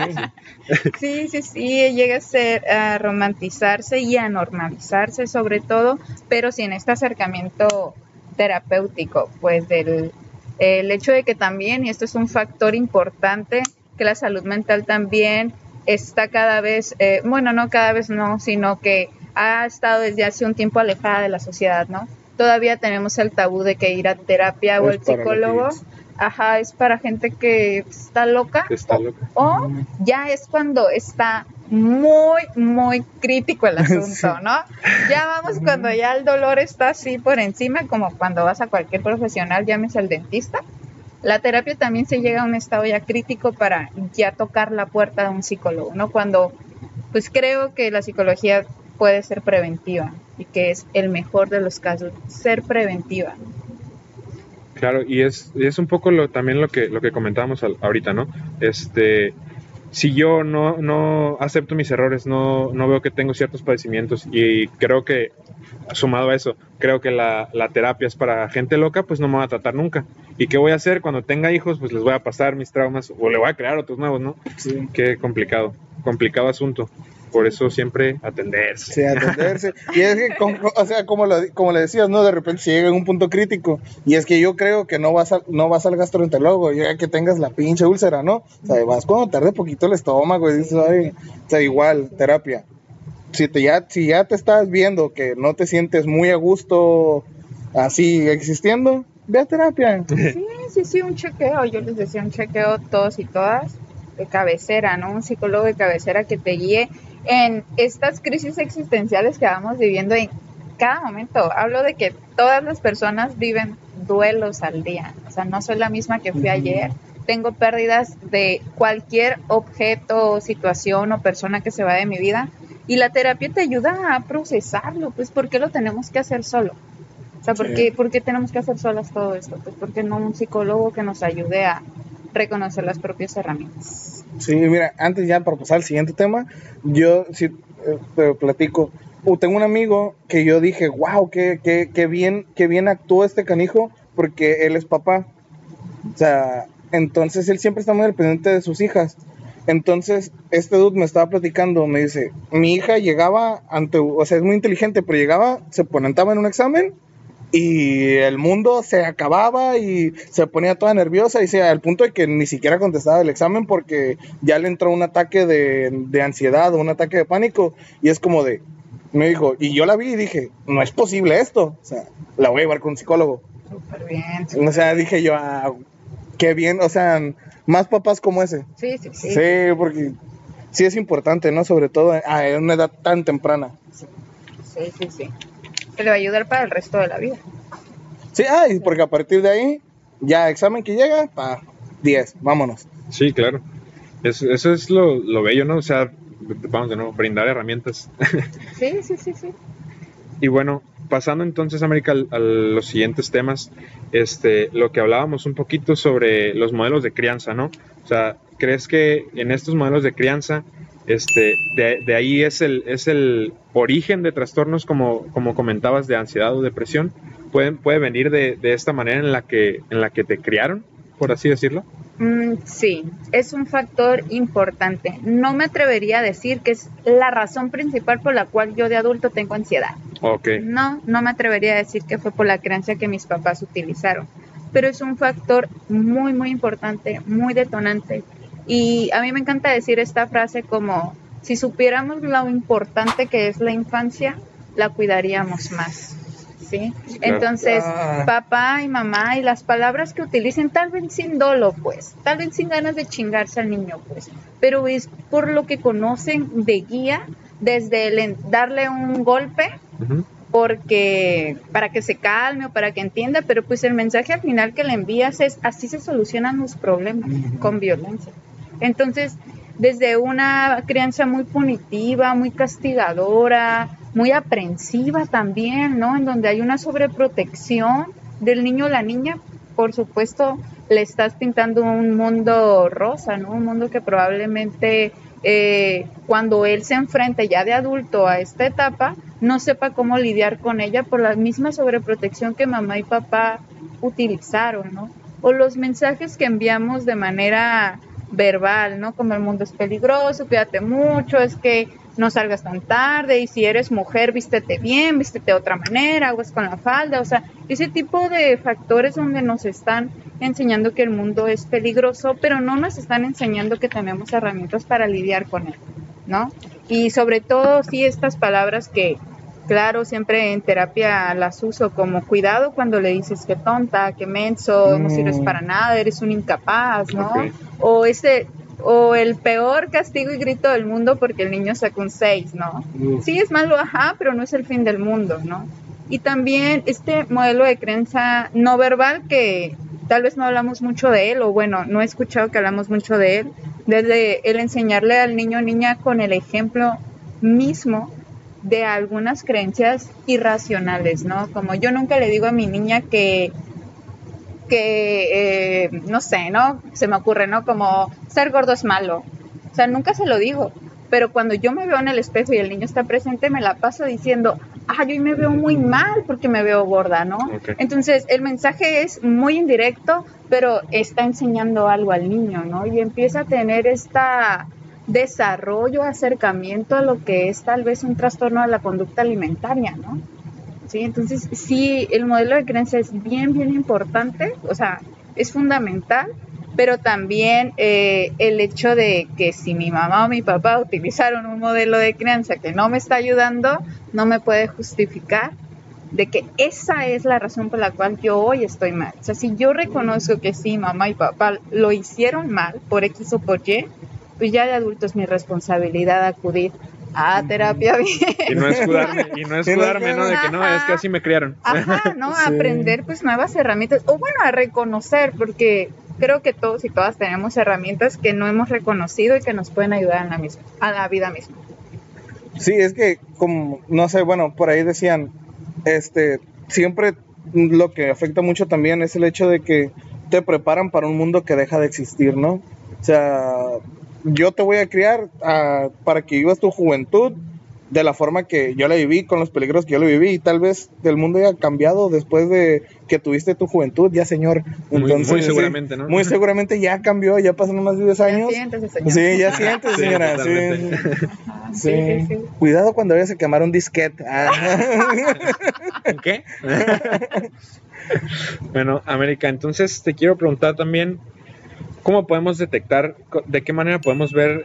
Sí, llega a romantizarse y a normalizarse sobre todo, pero sin este acercamiento terapéutico, pues el hecho de que también, y esto es un factor importante, que la salud mental también está cada vez, no cada vez no, sino que ha estado desde hace un tiempo alejada de la sociedad, ¿no? Todavía tenemos el tabú de que ir a terapia o el psicólogo, es para gente que está loca. O ya es cuando está muy, muy crítico el asunto, ¿no? Ya vamos cuando ya el dolor está así por encima, como cuando vas a cualquier profesional, llámese al dentista. La terapia también se llega a un estado ya crítico para ya tocar la puerta de un psicólogo, ¿no? Cuando, pues creo que la psicología puede ser preventiva y que es el mejor de los casos, ser preventiva. Claro, y es un poco también lo que comentábamos ahorita, ¿no? Si yo no acepto mis errores, no veo que tengo ciertos padecimientos, y creo que, sumado a eso, creo que la terapia es para gente loca, pues no me va a tratar nunca. ¿Y qué voy a hacer cuando tenga hijos? Pues les voy a pasar mis traumas o le voy a crear otros nuevos, ¿no? Sí. Qué complicado asunto. Por eso siempre atenderse. Sí, atenderse. Y es que, o sea, como le decías, ¿no? De repente se llega a un punto crítico. Y es que yo creo que no vas al gastroenterólogo, ya que tengas la pinche úlcera, ¿no? O sea, vas cuando tarde poquito el estómago y dices, ay, o sea, igual, terapia. Si ya te estás viendo que no te sientes muy a gusto así existiendo, ve a terapia. Sí, un chequeo. Yo les decía un chequeo todos y todas de cabecera, ¿no? Un psicólogo de cabecera que te guíe en estas crisis existenciales que vamos viviendo en cada momento. Hablo de que todas las personas viven duelos al día. O sea, no soy la misma que fui ayer. Tengo pérdidas de cualquier objeto, situación o persona que se va de mi vida. Y la terapia te ayuda a procesarlo. Pues, ¿por qué lo tenemos que hacer solo? O sea, ¿por qué tenemos que hacer solas todo esto? Pues, ¿por qué no un psicólogo que nos ayude a reconocer las propias herramientas? Sí, mira, antes ya para pasar al siguiente tema, yo sí te platico. Tengo un amigo que yo dije, wow, qué bien actuó este canijo, porque él es papá. O sea, entonces él siempre está muy al pendiente de sus hijas. Entonces, este dude me estaba platicando, me dice, mi hija llegaba o sea, es muy inteligente, pero llegaba, se ponentaba en un examen y el mundo se acababa y se ponía toda nerviosa y al punto de que ni siquiera contestaba el examen porque ya le entró un ataque de ansiedad o un ataque de pánico. Y es como me dijo, y yo la vi y dije, no es posible esto, o sea, la voy a llevar con un psicólogo. Súper bien. O sea, dije yo, qué bien, o sea, más papás como ese. Sí. Sí, porque sí es importante, ¿no? Sobre todo en una edad tan temprana. Sí. Que le va a ayudar para el resto de la vida. Sí, porque a partir de ahí, ya examen que llega, 10, vámonos. Sí, claro. Eso es lo bello, ¿no? O sea, vamos de nuevo, brindar herramientas. Sí. Y bueno, pasando entonces, América, a los siguientes temas, lo que hablábamos un poquito sobre los modelos de crianza, ¿no? O sea, ¿crees que en estos modelos de crianza, de ahí es el origen de trastornos como comentabas, de ansiedad o depresión? ¿Puede venir de esta manera en la que te criaron, por así decirlo? Sí, es un factor importante. No me atrevería a decir que es la razón principal por la cual yo de adulto tengo ansiedad. Okay. No me atrevería a decir que fue por la creencia que mis papás utilizaron, pero es un factor muy, muy importante, muy detonante. Y a mí me encanta decir esta frase como, si supiéramos lo importante que es la infancia, la cuidaríamos más. ¿Sí? Entonces, papá y mamá y las palabras que utilicen, tal vez sin dolo, pues, tal vez sin ganas de chingarse al niño, pues, pero es por lo que conocen de guía, desde darle un golpe, porque para que se calme o para que entienda, pero pues el mensaje al final que le envías es, así se solucionan los problemas, con violencia. Entonces, desde una crianza muy punitiva, muy castigadora, muy aprensiva también, ¿no? En donde hay una sobreprotección del niño o la niña, por supuesto, le estás pintando un mundo rosa, ¿no? Un mundo que probablemente cuando él se enfrente ya de adulto a esta etapa, no sepa cómo lidiar con ella por la misma sobreprotección que mamá y papá utilizaron, ¿no? O los mensajes que enviamos de manera verbal, ¿no? Como el mundo es peligroso, cuídate mucho, es que no salgas tan tarde, y si eres mujer, vístete bien, vístete de otra manera, aguas con la falda, o sea, ese tipo de factores donde nos están enseñando que el mundo es peligroso, pero no nos están enseñando que tenemos herramientas para lidiar con él, ¿no? Y sobre todo, sí, estas palabras que, claro, siempre en terapia las uso, como cuidado cuando le dices que tonta, que menso, no sirves para nada, eres un incapaz, ¿no? Okay. O el peor castigo y grito del mundo porque el niño sacó un 6, ¿no? Sí, es malo, pero no es el fin del mundo, ¿no? Y también este modelo de creencia no verbal que tal vez no hablamos mucho de él, o bueno, no he escuchado que hablamos mucho de él, desde el enseñarle al niño o niña con el ejemplo mismo de algunas creencias irracionales, ¿no? Como yo nunca le digo a mi niña que no sé, ¿no? Se me ocurre, ¿no? Como ser gordo es malo. O sea, nunca se lo digo. Pero cuando yo me veo en el espejo y el niño está presente, me la paso diciendo, yo me veo muy mal porque me veo gorda, ¿no? Okay. Entonces, el mensaje es muy indirecto, pero está enseñando algo al niño, ¿no? Y empieza a tener esta desarrollo, acercamiento a lo que es tal vez un trastorno de la conducta alimentaria, ¿no? Sí, entonces sí, el modelo de crianza es bien, bien importante, o sea, es fundamental, pero también el hecho de que si mi mamá o mi papá utilizaron un modelo de crianza que no me está ayudando, no me puede justificar de que esa es la razón por la cual yo hoy estoy mal. O sea, si yo reconozco que sí, mamá y papá lo hicieron mal por X o por Y, pues ya de adulto es mi responsabilidad acudir a terapia bien. Y no escudarme, ¿no? De que no, es que así me criaron. Ajá, ¿no? Sí. Aprender pues nuevas herramientas, o bueno, a reconocer, porque creo que todos y todas tenemos herramientas que no hemos reconocido y que nos pueden ayudar en a la vida misma. Sí, es que, como, no sé, bueno, por ahí decían, siempre lo que afecta mucho también es el hecho de que te preparan para un mundo que deja de existir, ¿no? O sea, yo te voy a criar para que vivas tu juventud de la forma que yo la viví, con los peligros que yo la viví, y tal vez el mundo haya cambiado después de que tuviste tu juventud, ya señor. Entonces, muy seguramente, ¿no? Muy seguramente ya cambió, ya pasaron más de 10 años. Ya siéntese, señor. Sí, ya siéntese, Sí, señora. totalmente. Ajá, Sí. Cuidado cuando vayas a quemar un disquete. ¿En qué? Bueno, América, entonces te quiero preguntar también, ¿cómo podemos detectar, de qué manera podemos ver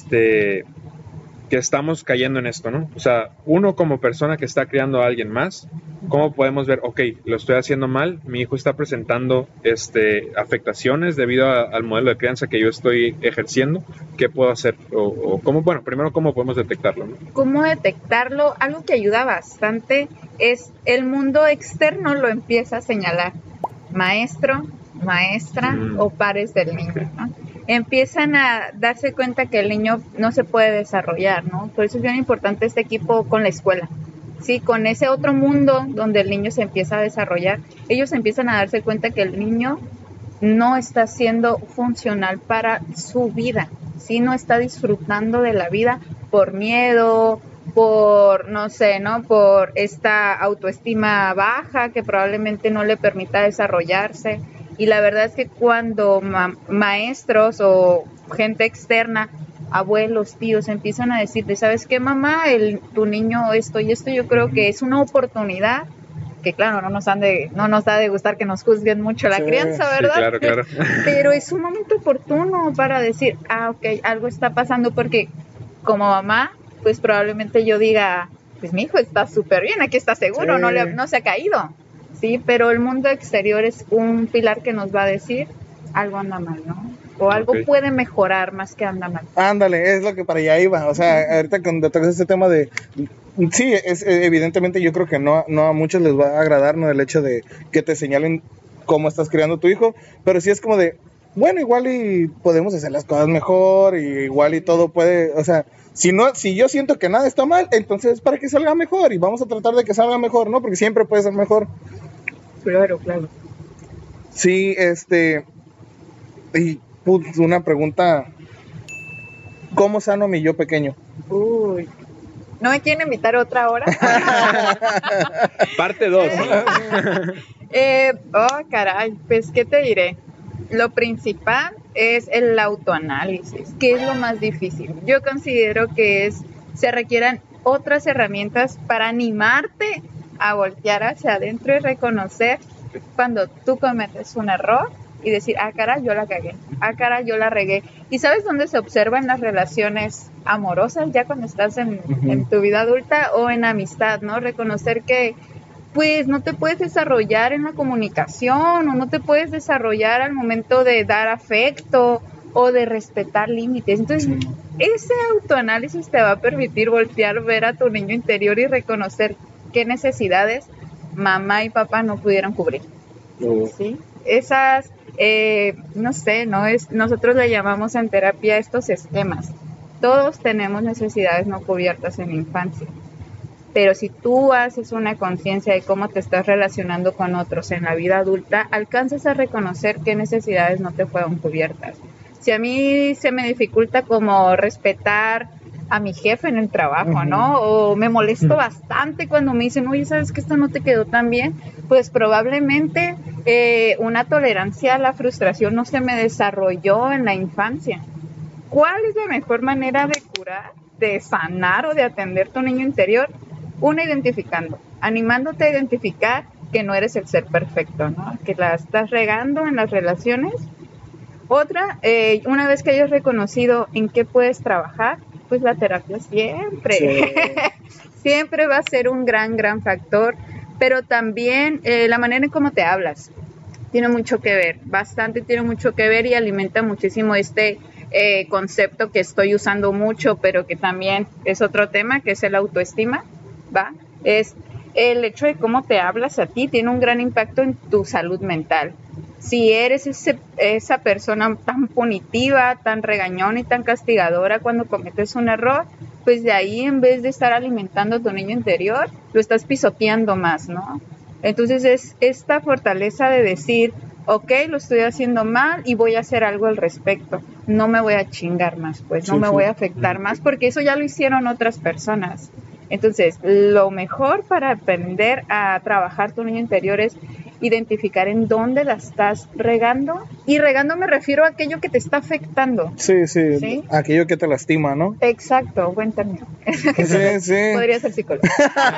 que estamos cayendo en esto, ¿no? O sea, uno como persona que está criando a alguien más, ¿cómo podemos ver, ok, lo estoy haciendo mal, mi hijo está presentando afectaciones debido al modelo de crianza que yo estoy ejerciendo? ¿Qué puedo hacer? O cómo, bueno, primero, ¿cómo podemos detectarlo, ¿no? ¿Cómo detectarlo? Algo que ayuda bastante es el mundo externo lo empieza a señalar. Maestro, maestra o pares del niño, ¿no? Empiezan a darse cuenta que el niño no se puede desarrollar, ¿no? Por eso es bien importante este equipo con la escuela, ¿sí? Con ese otro mundo donde el niño se empieza a desarrollar, ellos empiezan a darse cuenta que el niño no está siendo funcional para su vida, ¿sí? No está disfrutando de la vida por miedo, por, no sé, ¿no? Por esta autoestima baja que probablemente no le permita desarrollarse. Y la verdad es que cuando maestros o gente externa, abuelos, tíos, empiezan a decirte, ¿sabes qué, mamá? Tu niño esto y esto, yo creo que es una oportunidad, que claro, no nos da de gustar que nos juzguen mucho la crianza, ¿verdad? Sí, claro. Pero es un momento oportuno para decir, ok, algo está pasando, porque como mamá, pues probablemente yo diga, pues mi hijo está súper bien, aquí está seguro, Sí. no se ha caído. Sí, pero el mundo exterior es un pilar que nos va a decir algo anda mal, ¿no? O algo puede mejorar más que anda mal. Ándale, es lo que para allá iba. O sea, ahorita cuando tocas este tema de... Sí, evidentemente yo creo que no a muchos les va a agradar, ¿no? El hecho de que te señalen cómo estás criando a tu hijo, pero sí es como de, bueno, igual y podemos hacer las cosas mejor, y igual y todo puede, o sea, si yo siento que nada está mal, entonces para que salga mejor, y vamos a tratar de que salga mejor, ¿no? Porque siempre puede ser mejor. Claro. Sí, y una pregunta, ¿cómo sano mi yo pequeño? Uy. ¿No me quieren invitar otra hora? Parte 2. Caray, pues, ¿qué te diré? Lo principal es el autoanálisis, que es lo más difícil. Yo considero que se requieran otras herramientas para animarte a voltear hacia adentro y reconocer cuando tú cometes un error y decir, caray, yo la cagué, caray, yo la regué. ¿Y sabes dónde se observan las relaciones amorosas ya cuando estás en tu vida adulta o en amistad, ¿no? Reconocer que pues no te puedes desarrollar en la comunicación o no te puedes desarrollar al momento de dar afecto o de respetar límites. Entonces, ese autoanálisis te va a permitir voltear, ver a tu niño interior y reconocer qué necesidades mamá y papá no pudieron cubrir. ¿Sí? Esas, no sé, nosotros le llamamos en terapia estos esquemas. Todos tenemos necesidades no cubiertas en la infancia. Pero si tú haces una conciencia de cómo te estás relacionando con otros en la vida adulta, alcanzas a reconocer qué necesidades no te fueron cubiertas. Si a mí se me dificulta como respetar a mi jefe en el trabajo, ¿no? O me molesto bastante cuando me dicen, oye, ¿sabes que esto no te quedó tan bien? Pues probablemente una tolerancia a la frustración no se me desarrolló en la infancia. ¿cuál es la mejor manera de curar, de sanar o de atender tu niño interior? Una, identificando, animándote a identificar que no eres el ser perfecto, ¿no? Que la estás regando en las relaciones. Otra, una vez que hayas reconocido en qué puedes trabajar, pues la terapia siempre, sí. Siempre va a ser un gran factor, pero también la manera en cómo te hablas tiene mucho que ver, bastante tiene mucho que ver, y alimenta muchísimo este concepto que estoy usando mucho, pero que también es otro tema, que es el autoestima, ¿va? Es el hecho de cómo te hablas a ti, tiene un gran impacto en tu salud mental. Si eres esa persona tan punitiva, tan regañona y tan castigadora cuando cometes un error, pues de ahí, en vez de estar alimentando a tu niño interior, lo estás pisoteando más, ¿no? Entonces es esta fortaleza de decir, ok, lo estoy haciendo mal y voy a hacer algo al respecto. No me voy a chingar más, pues, no me voy a afectar más, porque eso ya lo hicieron otras personas. Entonces, lo mejor para aprender a trabajar tu niño interior es identificar en dónde la estás regando. Y regando me refiero a aquello que te está afectando. Sí, aquello que te lastima, ¿no? Exacto, buen término. Sí. Podría ser psicólogo.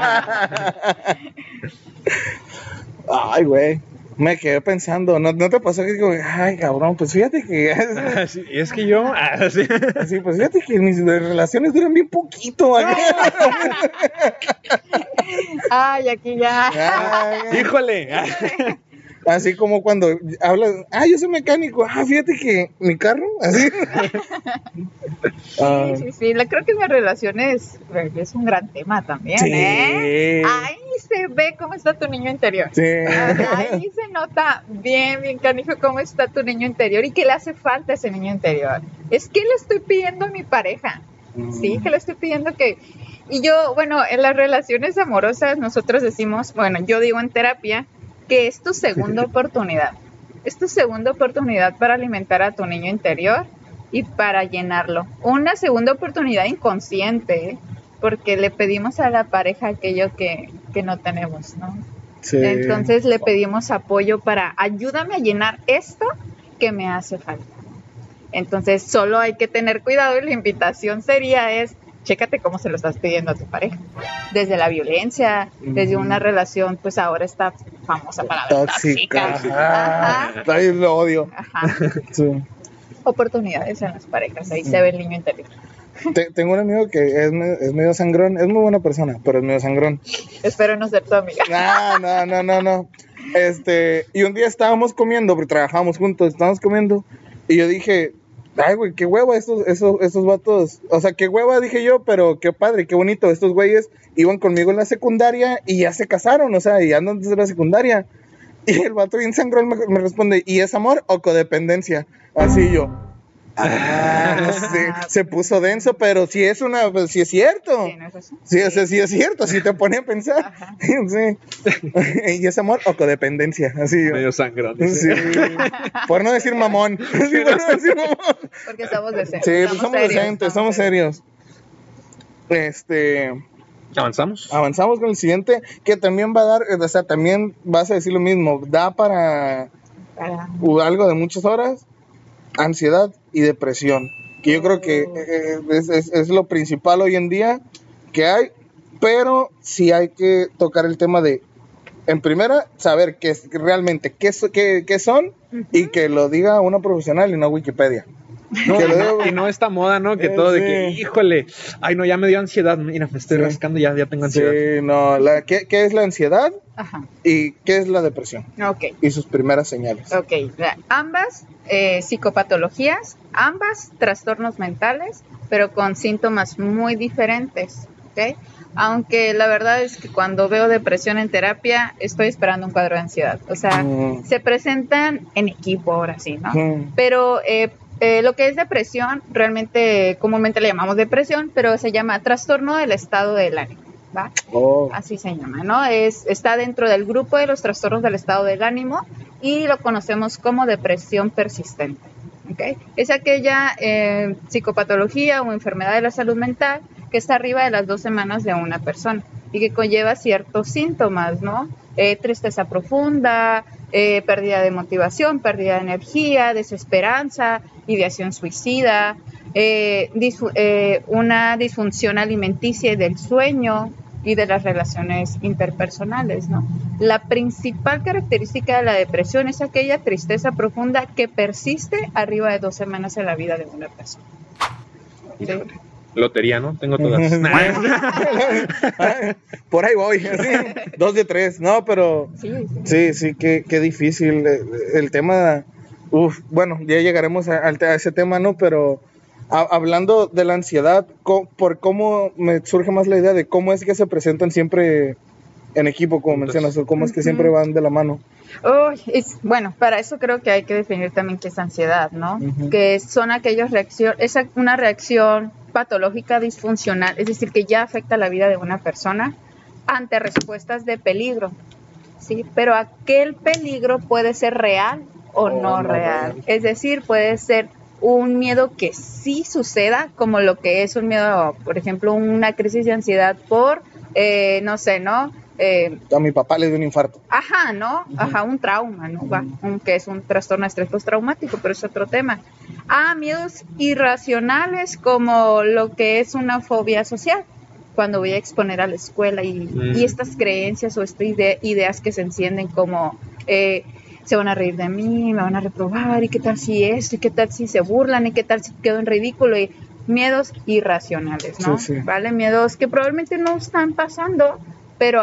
Ay, güey. Me quedé pensando, ¿no te pasó que digo, ay, cabrón, pues fíjate que... Sí, es que yo... Sí, pues fíjate que mis relaciones duran bien poquito. Ay, aquí ya. Híjole. Así como cuando hablas, yo soy mecánico, fíjate que mi carro, así. Sí, creo que las relaciones es un gran tema también, sí. Ahí se ve cómo está tu niño interior. Sí. Ahí se nota bien canijo cómo está tu niño interior y qué le hace falta a ese niño interior. Es que le estoy pidiendo a mi pareja, sí, que le estoy pidiendo que... Y yo, bueno, en las relaciones amorosas nosotros decimos, bueno, yo digo en terapia, que es tu segunda oportunidad. Es tu segunda oportunidad para alimentar a tu niño interior y para llenarlo. Una segunda oportunidad inconsciente, porque le pedimos a la pareja aquello que no tenemos, ¿no? Sí. Entonces le pedimos apoyo para ayúdame a llenar esto que me hace falta. Entonces solo hay que tener cuidado, y la invitación sería chécate cómo se lo estás pidiendo a tu pareja. Desde la violencia, desde una relación, pues ahora esta famosa palabra tóxica. Ahí lo odio. Ajá. Sí. Oportunidades en las parejas, ahí se ve el niño interior. Tengo un amigo que es medio sangrón, es muy buena persona, pero es medio sangrón. Espero no ser tu amiga. No. Y un día estábamos comiendo, porque trabajábamos juntos, estábamos comiendo, y yo dije... Ay, güey, qué hueva estos vatos. O sea, qué hueva, dije yo, pero qué padre, qué bonito. Estos güeyes iban conmigo en la secundaria y ya se casaron, o sea, y andan desde la secundaria. Y el vato bien sangrón me responde, ¿y es amor o codependencia? Así yo. No sé, se puso denso, pero sí es sí es cierto. Sí, ¿no es eso? Sí, o sea, sí es cierto, si te pone a pensar. Ajá. Sí. ¿Y es amor o codependencia? Así yo. Medio sangrón. Sí. Por no decir mamón. Sí, por no decir mamón. Porque estamos decentes. Sí, pues somos decentes, somos serios. Avanzamos con el siguiente, que también va a dar, o sea, también vas a decir lo mismo, da para algo de muchas horas, ansiedad y depresión, que yo creo que es lo principal hoy en día que hay, pero sí hay que tocar el tema de, en primera, saber realmente qué son, y que lo diga una profesional y no Wikipedia. Y no esta moda, ¿no? Que todo de que, híjole, ay no, ya me dio ansiedad, mira, me estoy rascando, ya tengo ansiedad. Sí, no, ¿qué es la ansiedad? Ajá. ¿Y qué es la depresión? Ok. Y sus primeras señales. Ok, ambas psicopatologías, ambas trastornos mentales, pero con síntomas muy diferentes, ¿ok? Aunque la verdad es que cuando veo depresión en terapia, estoy esperando un cuadro de ansiedad. O sea, se presentan en equipo ahora sí, ¿no? Pero lo que es depresión, realmente comúnmente le llamamos depresión, pero se llama trastorno del estado del ánimo, ¿va? Así se llama, ¿no? Está dentro del grupo de los trastornos del estado del ánimo y lo conocemos como depresión persistente, ¿ok? Es aquella psicopatología o enfermedad de la salud mental que está arriba de las 2 semanas de una persona y que conlleva ciertos síntomas, ¿no? Tristeza profunda, pérdida de motivación, pérdida de energía, desesperanza, ideación suicida, una disfunción alimenticia y del sueño y de las relaciones interpersonales, ¿no? La principal característica de la depresión es aquella tristeza profunda que persiste arriba de 2 semanas en la vida de una persona. ¿Sí? Lotería, ¿no? Tengo todas. Por ahí voy, sí, 2 de 3, no, pero sí, qué difícil el tema. Bueno, ya llegaremos a ese tema, ¿no? Pero hablando de la ansiedad, por cómo me surge más la idea de cómo es que se presentan siempre en equipo, como mencionas, o cómo es que siempre van de la mano. Bueno, para eso creo que hay que definir también qué es ansiedad, ¿no? Que son aquellas reacciones, es una reacción patológica disfuncional, es decir, que ya afecta la vida de una persona ante respuestas de peligro, ¿sí? Pero aquel peligro puede ser real o no real. Es decir, puede ser un miedo que sí suceda, como lo que es un miedo, por ejemplo, una crisis de ansiedad por, no sé, ¿no? A mi papá le dio un infarto. Ajá, ¿no? Ajá, un trauma, ¿no? Que es un trastorno de estrés postraumático, pero es otro tema. Miedos irracionales como lo que es una fobia social, cuando voy a exponer a la escuela y estas creencias o estas ideas que se encienden como se van a reír de mí, me van a reprobar, y qué tal si esto, y qué tal si se burlan, y qué tal si quedo en ridículo, y miedos irracionales, ¿no? Sí. ¿Vale? Miedos que probablemente no están pasando, pero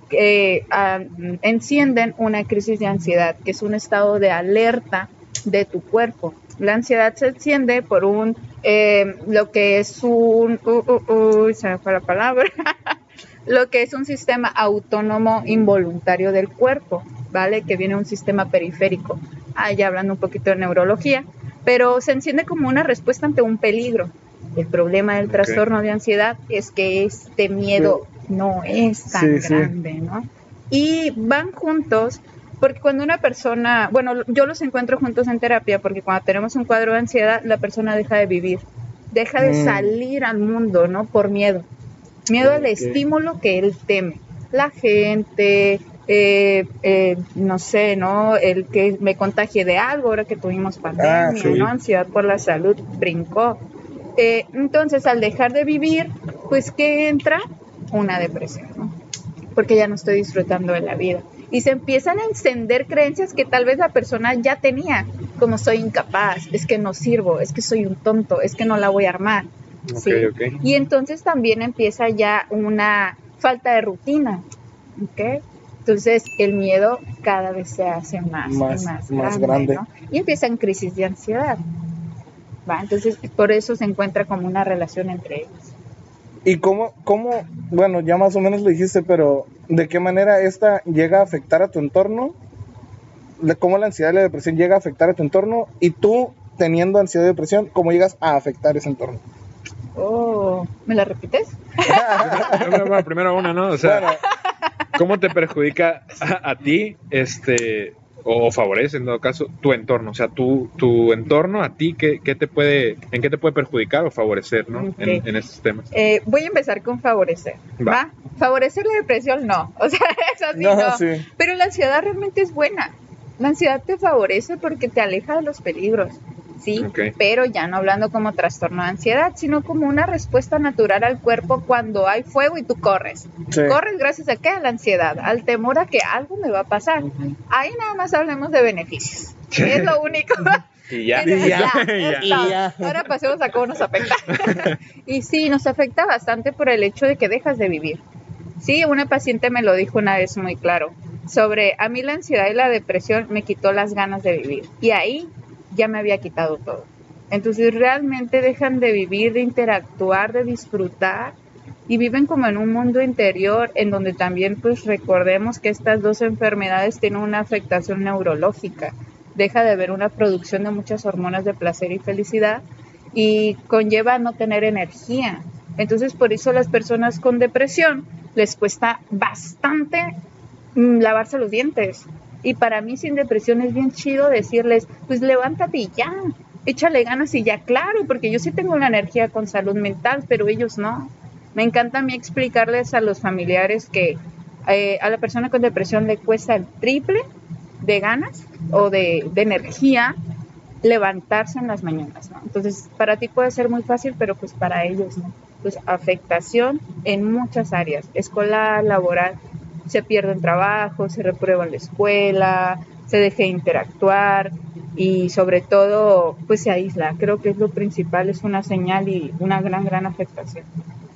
encienden una crisis de ansiedad, que es un estado de alerta de tu cuerpo. La ansiedad se enciende por lo que es se me fue la palabra, lo que es un sistema autónomo involuntario del cuerpo, ¿vale? Que viene un sistema periférico, ya hablando un poquito de neurología, pero se enciende como una respuesta ante un peligro. El problema del trastorno de ansiedad es que este miedo no es tan grande, ¿no? Y van juntos, porque cuando una persona, bueno, yo los encuentro juntos en terapia, porque cuando tenemos un cuadro de ansiedad, la persona deja de vivir, deja de salir al mundo, ¿no? Por miedo. Miedo al estímulo que él teme. La gente, no sé, ¿no? El que me contagie de algo, ahora que tuvimos pandemia, ¿no? Ansiedad por la salud, brincó. Entonces, al dejar de vivir, pues, ¿qué entra? Una depresión, ¿no? Porque ya no estoy disfrutando de la vida. Y se empiezan a encender creencias que tal vez la persona ya tenía, como soy incapaz, es que no sirvo, es que soy un tonto, es que no la voy a armar. ¿Sí? Y entonces también empieza ya una falta de rutina, ¿ok? Entonces el miedo cada vez se hace más grande, ¿no? Y empiezan crisis de ansiedad, ¿va? Entonces por eso se encuentra como una relación entre ellos. ¿Y cómo, bueno, ya más o menos lo dijiste, pero de qué manera esta llega a afectar a tu entorno? ¿Cómo la ansiedad y la depresión llega a afectar a tu entorno? Y tú, teniendo ansiedad y depresión, ¿cómo llegas a afectar ese entorno? ¿Me la repites? Bueno, primero una, ¿no? O sea, ¿cómo te perjudica a ti, o favorece en todo caso, tu entorno? O sea, tu entorno a ti, ¿en qué te puede perjudicar o favorecer, ¿no? En estos temas. Voy a empezar con favorecer, ¿va? Favorecer la depresión, no. O sea, es así, no. Sí. Pero la ansiedad realmente es buena. La ansiedad te favorece porque te aleja de los peligros, ¿sí? Pero ya no hablando como trastorno de ansiedad, sino como una respuesta natural al cuerpo cuando hay fuego y tú corres. Sí. Corres gracias a ¿qué? A la ansiedad, al temor a que algo me va a pasar. Ahí nada más hablemos de beneficios. Es lo único. Y ya. Ahora pasemos a cómo nos afecta. Y sí, nos afecta bastante por el hecho de que dejas de vivir. Sí, una paciente me lo dijo una vez muy claro. A mí la ansiedad y la depresión me quitó las ganas de vivir. Y ahí ya me había quitado todo. Entonces realmente dejan de vivir, de interactuar, de disfrutar y viven como en un mundo interior en donde también pues recordemos que estas dos enfermedades tienen una afectación neurológica. Deja de haber una producción de muchas hormonas de placer y felicidad y conlleva no tener energía. Entonces por eso las personas con depresión les cuesta bastante lavarse los dientes. Y para mí sin depresión es bien chido decirles, pues levántate y ya, échale ganas y ya, claro, porque yo sí tengo la energía con salud mental, pero ellos no. Me encanta a mí explicarles a los familiares que a la persona con depresión le cuesta el triple de ganas o de energía levantarse en las mañanas, ¿no? Entonces, para ti puede ser muy fácil, pero pues para ellos no. Pues afectación en muchas áreas, escolar, laboral, se pierden trabajos, se reprueba en la escuela, se deja de interactuar y sobre todo, pues se aísla. Creo que es lo principal, es una señal y una gran afectación.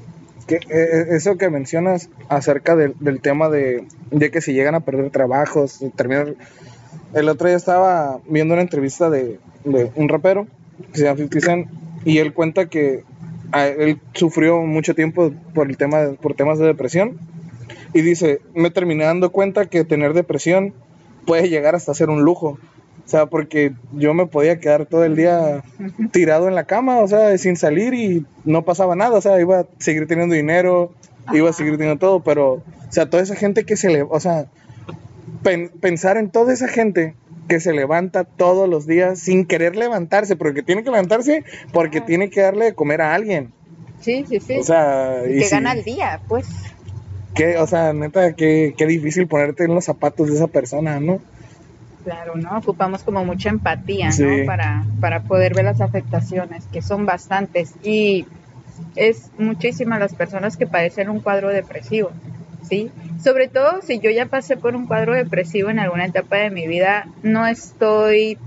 Eso que mencionas acerca del tema de que si llegan a perder trabajos, terminar. El otro día estaba viendo una entrevista de un rapero que se llama 50 Cent y él cuenta que él sufrió mucho tiempo por temas de depresión y dice, me terminé dando cuenta que tener depresión puede llegar hasta ser un lujo. O sea, porque yo me podía quedar todo el día tirado en la cama, o sea, sin salir y no pasaba nada, o sea, iba a seguir teniendo dinero, iba a seguir teniendo todo, pero, o sea, toda esa gente que o sea, pensar en toda esa gente que se levanta todos los días sin querer levantarse, porque tiene que levantarse porque tiene que darle de comer a alguien. Sí. O sea, y que gana el día, pues. O sea, neta, qué difícil ponerte en los zapatos de esa persona, ¿no? Claro, ¿no? Ocupamos como mucha empatía, sí, ¿no? Para poder ver las afectaciones, que son bastantes. Y es muchísimas las personas que padecen un cuadro depresivo, ¿sí? Sobre todo si yo ya pasé por un cuadro depresivo en alguna etapa de mi vida, no estoy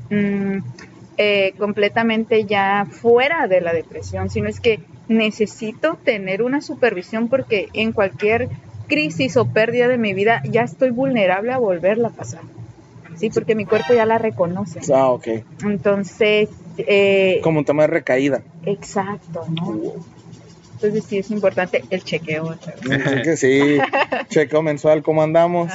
completamente ya fuera de la depresión, sino es que necesito tener una supervisión porque en cualquier crisis o pérdida de mi vida ya estoy vulnerable a volverla a pasar. Sí, porque mi cuerpo ya la reconoce. Ah, ok. Entonces... como un tema de recaída. Exacto, ¿no? Entonces sí es importante el chequeo. Sí, chequeo mensual, ¿cómo andamos?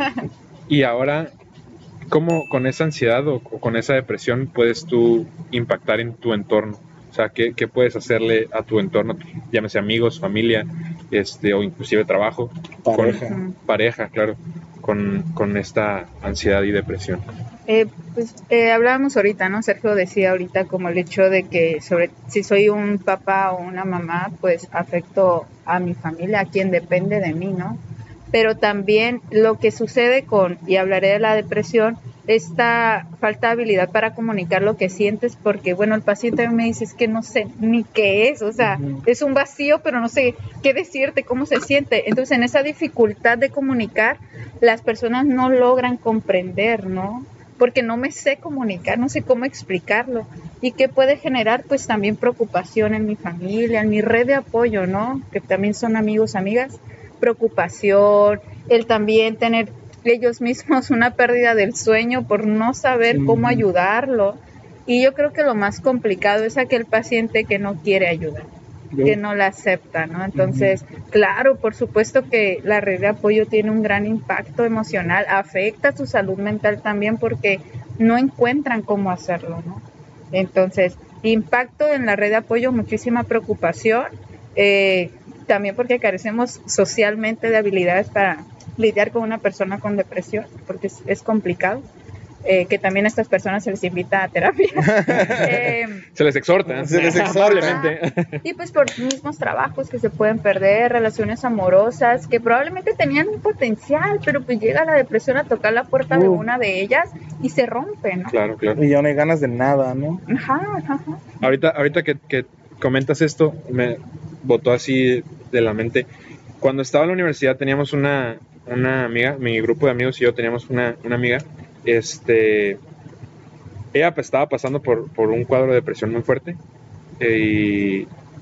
Y ahora, ¿cómo con esa ansiedad o con esa depresión puedes tú impactar en tu entorno? O sea, ¿qué puedes hacerle a tu entorno? Llámese amigos, familia, o inclusive trabajo. Pareja, claro. Con esta ansiedad y depresión. Hablábamos ahorita, ¿no? Sergio decía ahorita como el hecho de que si soy un papá o una mamá, pues afecto a mi familia, a quien depende de mí, ¿no? Pero también lo que sucede y hablaré de la depresión, esta falta de habilidad para comunicar lo que sientes, porque bueno, el paciente me dice, es que no sé ni qué es, o sea, es un vacío, pero no sé qué decirte, cómo se siente. Entonces, en esa dificultad de comunicar, las personas no logran comprender, ¿no? Porque no me sé comunicar, no sé cómo explicarlo. ¿Y qué puede generar? Pues también preocupación en mi familia, en mi red de apoyo, ¿no? Que también son amigos, amigas. Preocupación, el también tener ellos mismos una pérdida del sueño por no saber cómo ayudarlo. Y yo creo que lo más complicado es aquel paciente que no quiere ayudar, que no la acepta, ¿no? Entonces, claro, por supuesto que la red de apoyo tiene un gran impacto emocional, afecta su salud mental también porque no encuentran cómo hacerlo, ¿no? Entonces, impacto en la red de apoyo, muchísima preocupación, también porque carecemos socialmente de habilidades para lidiar con una persona con depresión, porque es complicado. Que también a estas personas se les invita a terapia. Se les exhorta. Y pues por mismos trabajos que se pueden perder, relaciones amorosas que probablemente tenían un potencial, pero pues llega la depresión a tocar la puerta de una de ellas y se rompe, ¿no? Claro. Y ya no hay ganas de nada, ¿no? Ajá. Ahorita que comentas esto, me botó así de la mente. Cuando estaba en la universidad teníamos una amiga, mi grupo de amigos y yo teníamos una amiga. Ella estaba pasando por un cuadro de depresión muy fuerte y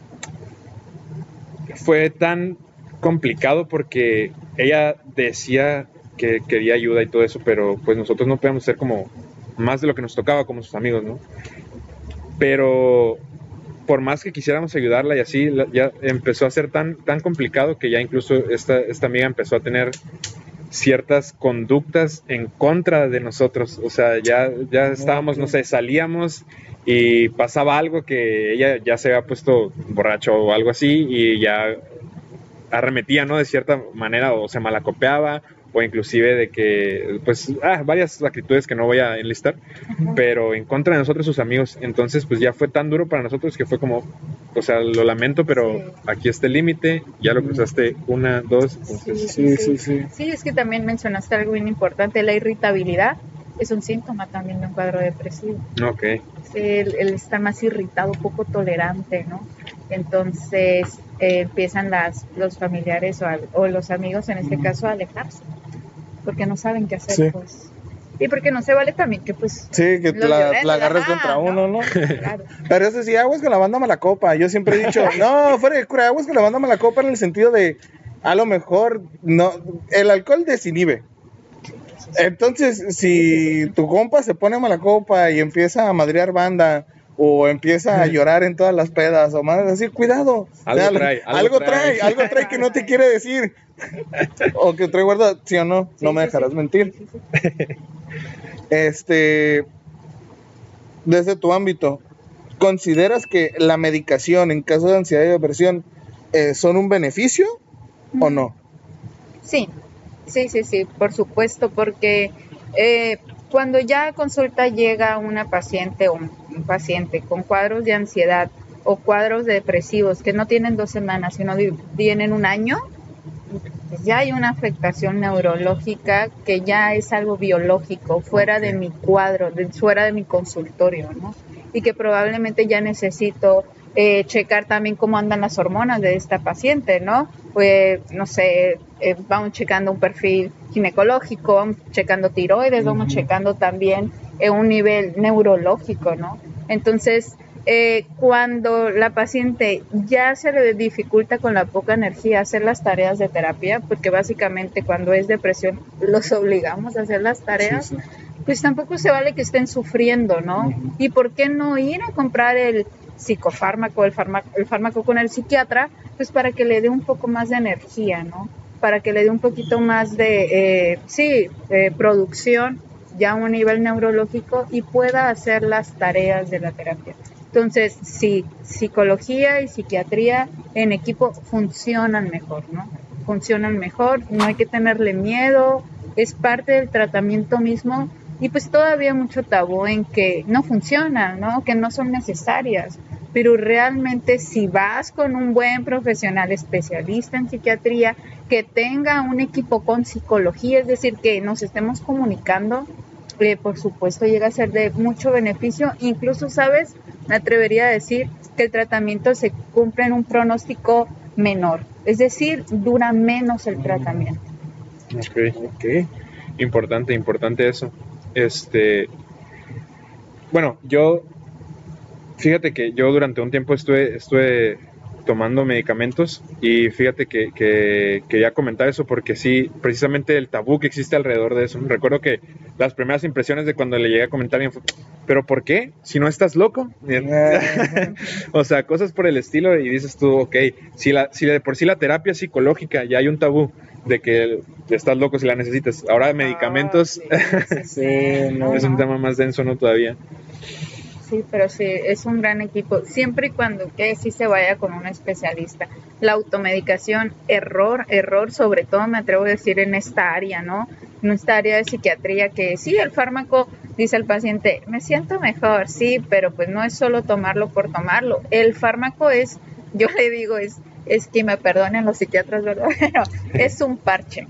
fue tan complicado porque ella decía que quería ayuda y todo eso, pero pues nosotros no podíamos hacer como más de lo que nos tocaba como sus amigos, ¿no? Pero por más que quisiéramos ayudarla y así, ya empezó a ser tan complicado que ya incluso esta amiga empezó a tener ciertas conductas en contra de nosotros. O sea, ya estábamos, no sé, salíamos y pasaba algo que ella ya se había puesto borracho o algo así y ya arremetía, ¿no? De cierta manera o se malacopeaba o inclusive de que, pues, varias actitudes que no voy a enlistar, pero en contra de nosotros, sus amigos. Entonces, pues ya fue tan duro para nosotros que fue como, o sea, lo lamento, pero aquí está el límite, ya lo cruzaste 1, 2. Entonces, sí, es que también mencionaste algo bien importante, la irritabilidad es un síntoma también de un cuadro depresivo. Ok. El estar más irritado, poco tolerante, ¿no? Entonces empiezan los familiares o los amigos, en este caso, a alejarse, porque no saben qué hacer, Sí. pues. Y porque no se vale también que, pues, Sí, que los la lloren, agarres ajá, contra uno, ¿no? Claro. Pero eso sí, aguas con la banda Malacopa. Yo siempre he dicho, no, fuera de cura, aguas con la banda Malacopa en el sentido de, a lo mejor, no, el alcohol desinhibe. Entonces, si tu compa se pone mala copa y empieza a madrear banda o empieza a llorar en todas las pedas o más así, cuidado. Algo trae. Algo trae que no te quiere decir. O que trae guardado, sí o no, no me dejarás mentir. Desde tu ámbito, ¿consideras que la medicación en caso de ansiedad y depresión son un beneficio o no? Sí, por supuesto, porque cuando ya a consulta llega una paciente o un paciente con cuadros de ansiedad o cuadros depresivos que no tienen 2 semanas, sino tienen 1 año, pues ya hay una afectación neurológica que ya es algo biológico, fuera de mi cuadro, fuera de mi consultorio, ¿no? Y que probablemente ya necesito checar también cómo andan las hormonas de esta paciente, ¿no? Pues, no sé, vamos checando un perfil ginecológico, vamos checando tiroides, vamos checando también un nivel neurológico, ¿no? Entonces, cuando la paciente ya se le dificulta con la poca energía hacer las tareas de terapia, porque básicamente cuando es depresión los obligamos a hacer las tareas, sí. Pues tampoco se vale que estén sufriendo, ¿no? ¿Y por qué no ir a comprar el psicofármaco, el fármaco con el psiquiatra? Pues para que le dé un poco más de energía, ¿no? Para que le dé un poquito más de, producción ya a un nivel neurológico y pueda hacer las tareas de la terapia. Entonces, sí, psicología y psiquiatría en equipo funcionan mejor, ¿no? Funcionan mejor, no hay que tenerle miedo, es parte del tratamiento mismo y pues todavía mucho tabú en que no funcionan, ¿no? Que no son necesarias, pero realmente si vas con un buen profesional especialista en psiquiatría, que tenga un equipo con psicología, es decir, que nos estemos comunicando, por supuesto llega a ser de mucho beneficio, incluso, ¿sabes? Me atrevería a decir que el tratamiento se cumple en un pronóstico menor, es decir, dura menos el tratamiento. Ok. Importante eso. Bueno, fíjate que yo durante un tiempo estuve tomando medicamentos y fíjate que quería comentar eso porque sí, precisamente el tabú que existe alrededor de eso. Recuerdo que las primeras impresiones de cuando le llegué a comentar fue, ¿pero por qué? Si no estás loco. O sea, cosas por el estilo y dices tú, ok, si de por sí la terapia psicológica ya hay un tabú de que estás loco si la necesitas. Ahora medicamentos es un tema más denso, ¿no? Todavía. Sí, pero sí, es un gran equipo, siempre y cuando que sí se vaya con un especialista. La automedicación, error, sobre todo me atrevo a decir en esta área, ¿no? En esta área de psiquiatría que sí, el fármaco dice al paciente, me siento mejor, sí, pero pues no es solo tomarlo por tomarlo. El fármaco yo le digo, es que me perdonen los psiquiatras, ¿verdad? Pero es un parche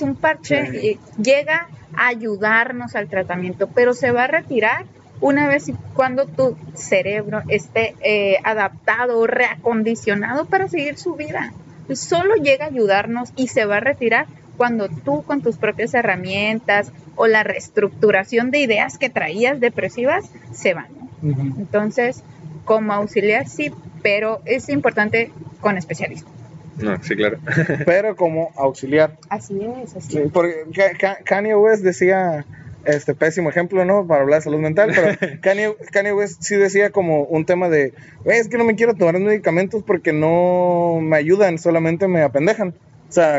y llega a ayudarnos al tratamiento, pero se va a retirar una vez y cuando tu cerebro esté adaptado o reacondicionado para seguir su vida. Solo llega a ayudarnos y se va a retirar cuando tú con tus propias herramientas o la reestructuración de ideas que traías depresivas se van, ¿no? Uh-huh. Entonces, como auxiliar sí, pero es importante con especialistas. No, sí, claro. Pero como auxiliar. Así es. Sí, porque Kanye West decía... pésimo ejemplo, ¿no? Para hablar de salud mental, pero Kanye West sí decía como un tema de, es que no me quiero tomar medicamentos porque no me ayudan, solamente me apendejan. O sea,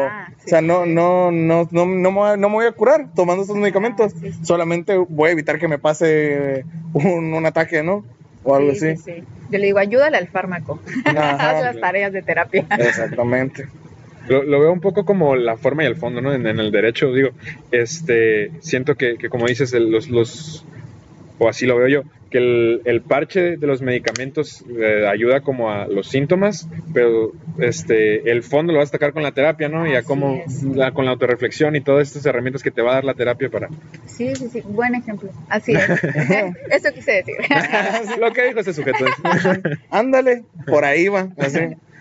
no me voy a curar tomando estos medicamentos, solamente voy a evitar que me pase un ataque, ¿no? O algo así. Sí. Yo le digo, ayúdale al fármaco, haz las tareas de terapia. Exactamente. Lo veo un poco como la forma y el fondo, ¿no? En el derecho, digo, siento que como dices, o así lo veo yo, que el parche de los medicamentos ayuda como a los síntomas, pero el fondo lo vas a sacar con la terapia, ¿no? Y a cómo, con la autorreflexión y todas estas herramientas que te va a dar la terapia para... Sí, buen ejemplo, así es. Eso quise decir. Lo que dijo ese sujeto. Ándale, por ahí va. Así.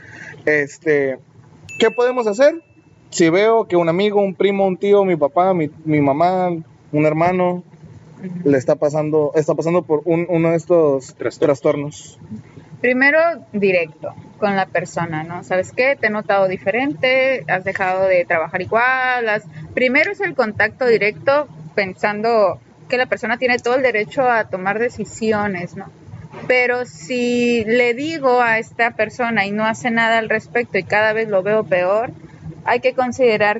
¿Qué podemos hacer? Si veo que un amigo, un primo, un tío, mi papá, mi mamá, un hermano le está pasando por uno de estos trastornos. Primero, directo con la persona, ¿no? ¿Sabes qué? Te he notado diferente, has dejado de trabajar igual. Primero es el contacto directo, pensando que la persona tiene todo el derecho a tomar decisiones, ¿no? Pero si le digo a esta persona y no hace nada al respecto y cada vez lo veo peor, hay que considerar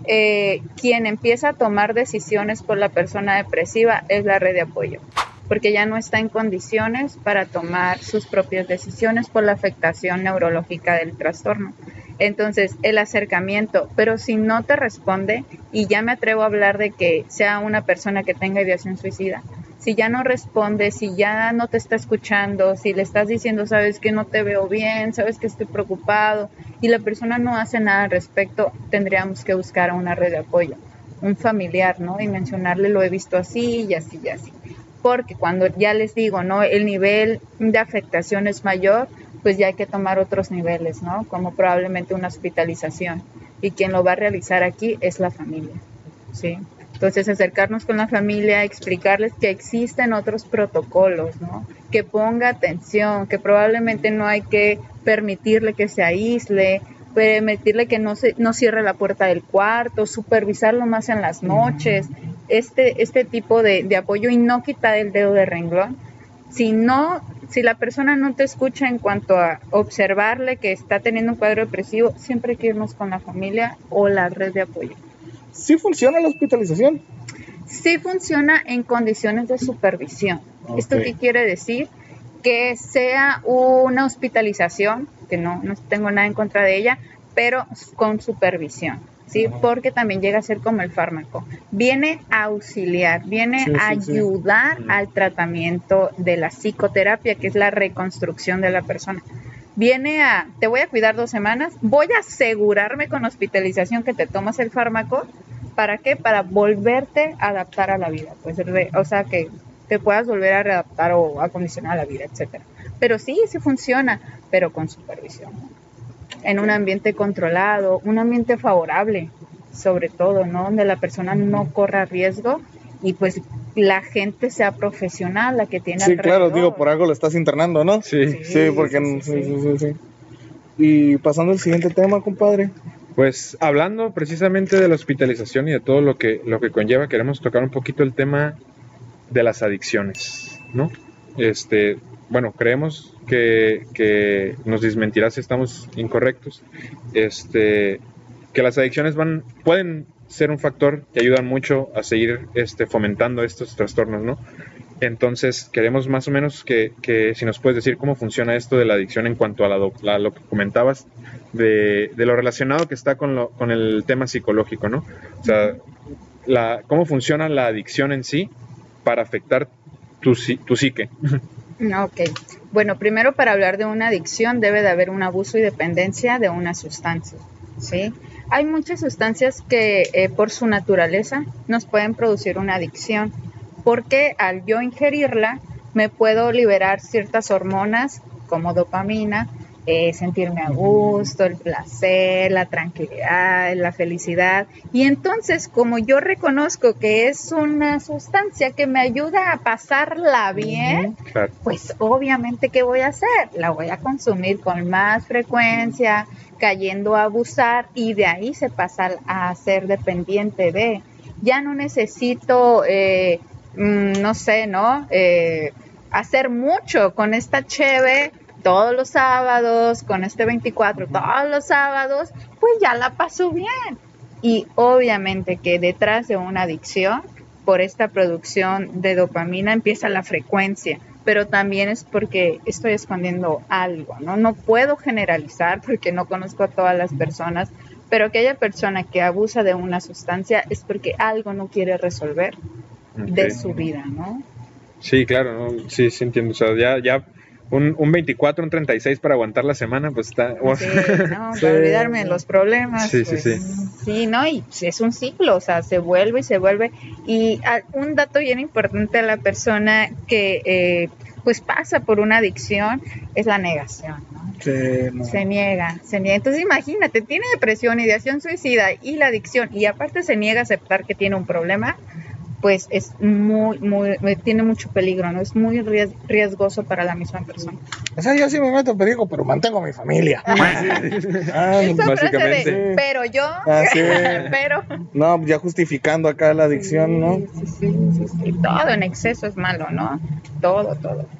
que quien empieza a tomar decisiones por la persona depresiva es la red de apoyo, porque ya no está en condiciones para tomar sus propias decisiones por la afectación neurológica del trastorno. Entonces, el acercamiento, pero si no te responde, y ya me atrevo a hablar de que sea una persona que tenga ideación suicida, si ya no responde, si ya no te está escuchando, si le estás diciendo, sabes que no te veo bien, sabes que estoy preocupado, y la persona no hace nada al respecto, tendríamos que buscar a una red de apoyo, un familiar, ¿no? Y mencionarle, lo he visto así y así y así. Porque cuando ya les digo, ¿no? El nivel de afectación es mayor, pues ya hay que tomar otros niveles, ¿no? Como probablemente una hospitalización. Y quien lo va a realizar aquí es la familia, ¿sí? Entonces, acercarnos con la familia, explicarles que existen otros protocolos, ¿no? Que ponga atención, que probablemente no hay que permitirle que se aísle, permitirle que no cierre la puerta del cuarto, supervisarlo más en las noches, este tipo de apoyo y no quitar el dedo de renglón. Si la persona no te escucha en cuanto a observarle que está teniendo un cuadro depresivo, siempre hay que irnos con la familia o la red de apoyo. ¿Sí funciona la hospitalización? Sí funciona en condiciones de supervisión. Okay. ¿Esto qué quiere decir? Que sea una hospitalización, que no tengo nada en contra de ella, pero con supervisión, ¿sí? Porque también llega a ser como el fármaco. Viene a auxiliar, viene a ayudar al tratamiento de la psicoterapia, que es la reconstrucción de la persona. Viene te voy a cuidar 2 semanas, voy a asegurarme con hospitalización que te tomas el fármaco. ¿Para qué? Para volverte a adaptar a la vida, pues, o sea, que te puedas volver a readaptar o acondicionar a la vida, etcétera. Pero sí funciona, pero con supervisión, ¿no? En un ambiente controlado, un ambiente favorable, sobre todo, ¿no? Donde la persona no corra riesgo y pues la gente sea profesional, la que tiene alrededor. Claro, digo, por algo lo estás internando, ¿no? Sí, porque... Sí. Y pasando al siguiente tema, compadre. Pues hablando precisamente de la hospitalización y de todo lo que conlleva, queremos tocar un poquito el tema de las adicciones, ¿no? Bueno, creemos que nos desmentirá si estamos incorrectos, que las adicciones pueden ser un factor que ayudan mucho a seguir fomentando estos trastornos, ¿no? Entonces, queremos más o menos que si nos puedes decir cómo funciona esto de la adicción en cuanto a lo que comentabas, de lo relacionado que está con el tema psicológico, ¿no? O sea, cómo funciona la adicción en sí para afectar tu psique. Ok. Bueno, primero para hablar de una adicción debe de haber un abuso y dependencia de una sustancia, ¿sí? Hay muchas sustancias que por su naturaleza nos pueden producir una adicción, porque al yo ingerirla me puedo liberar ciertas hormonas como dopamina, sentirme a gusto, el placer, la tranquilidad, la felicidad. Y entonces, como yo reconozco que es una sustancia que me ayuda a pasarla bien, claro, pues obviamente, ¿qué voy a hacer? La voy a consumir con más frecuencia, cayendo a abusar, y de ahí se pasa a ser dependiente de. Ya no necesito, no sé, ¿no? Hacer mucho con esta cheve todos los sábados, con este 24 todos los sábados, pues ya la paso bien. Y obviamente que detrás de una adicción, por esta producción de dopamina, empieza la frecuencia, pero también es porque estoy escondiendo algo, ¿no? No puedo generalizar porque no conozco a todas las personas, pero aquella persona que abusa de una sustancia es porque algo no quiere resolver de su vida, ¿no? Sí, claro, ¿no? Sí, entiendo. O sea, ya un 24, un 36 para aguantar la semana, pues está... Sí, no, para olvidarme de los problemas. Sí, pues, sí. Sí, ¿no? Y es un ciclo, o sea, se vuelve y se vuelve. Y un dato bien importante a la persona que pues pasa por una adicción es la negación, ¿no? Sí, no. Se niega. Entonces imagínate, tiene depresión, ideación suicida y la adicción, y aparte se niega a aceptar que tiene un problema, pues es tiene mucho peligro, ¿no? Es muy riesgoso para la misma persona. O sea, yo sí me meto en peligro, pero mantengo a mi familia. Esa frase de, pero yo, pero... No, ya justificando acá la adicción, ¿no? Sí. Todo en exceso es malo, ¿no? Todo.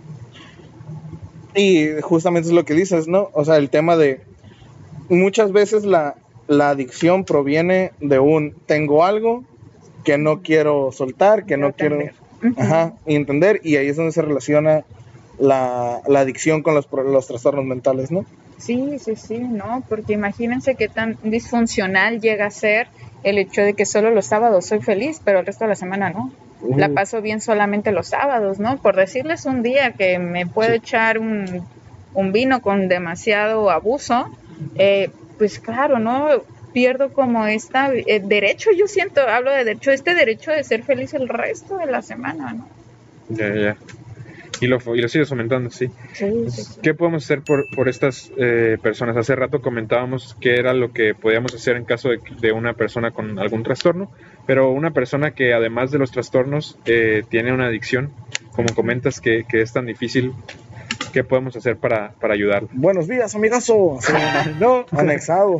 Y justamente es lo que dices, ¿no? O sea, el tema de muchas veces la adicción proviene de tengo algo que no quiero soltar, que no quiero entender, y ahí es donde se relaciona la adicción con los trastornos mentales, ¿no? Sí, no, porque imagínense qué tan disfuncional llega a ser el hecho de que solo los sábados soy feliz, pero el resto de la semana no. La paso bien solamente los sábados, ¿no? Por decirles un día que me puedo echar un vino con demasiado abuso, pues claro, ¿no? Pierdo como derecho, yo siento, hablo de derecho, derecho de ser feliz el resto de la semana, ¿no? Ya. Y lo sigues fomentando, sí. Sí. ¿Qué podemos hacer por estas personas? Hace rato comentábamos qué era lo que podíamos hacer en caso de una persona con algún trastorno, pero una persona que además de los trastornos tiene una adicción, como comentas que es tan difícil, ¿qué podemos hacer para ayudar? Buenos días, amigazo. No, anexado.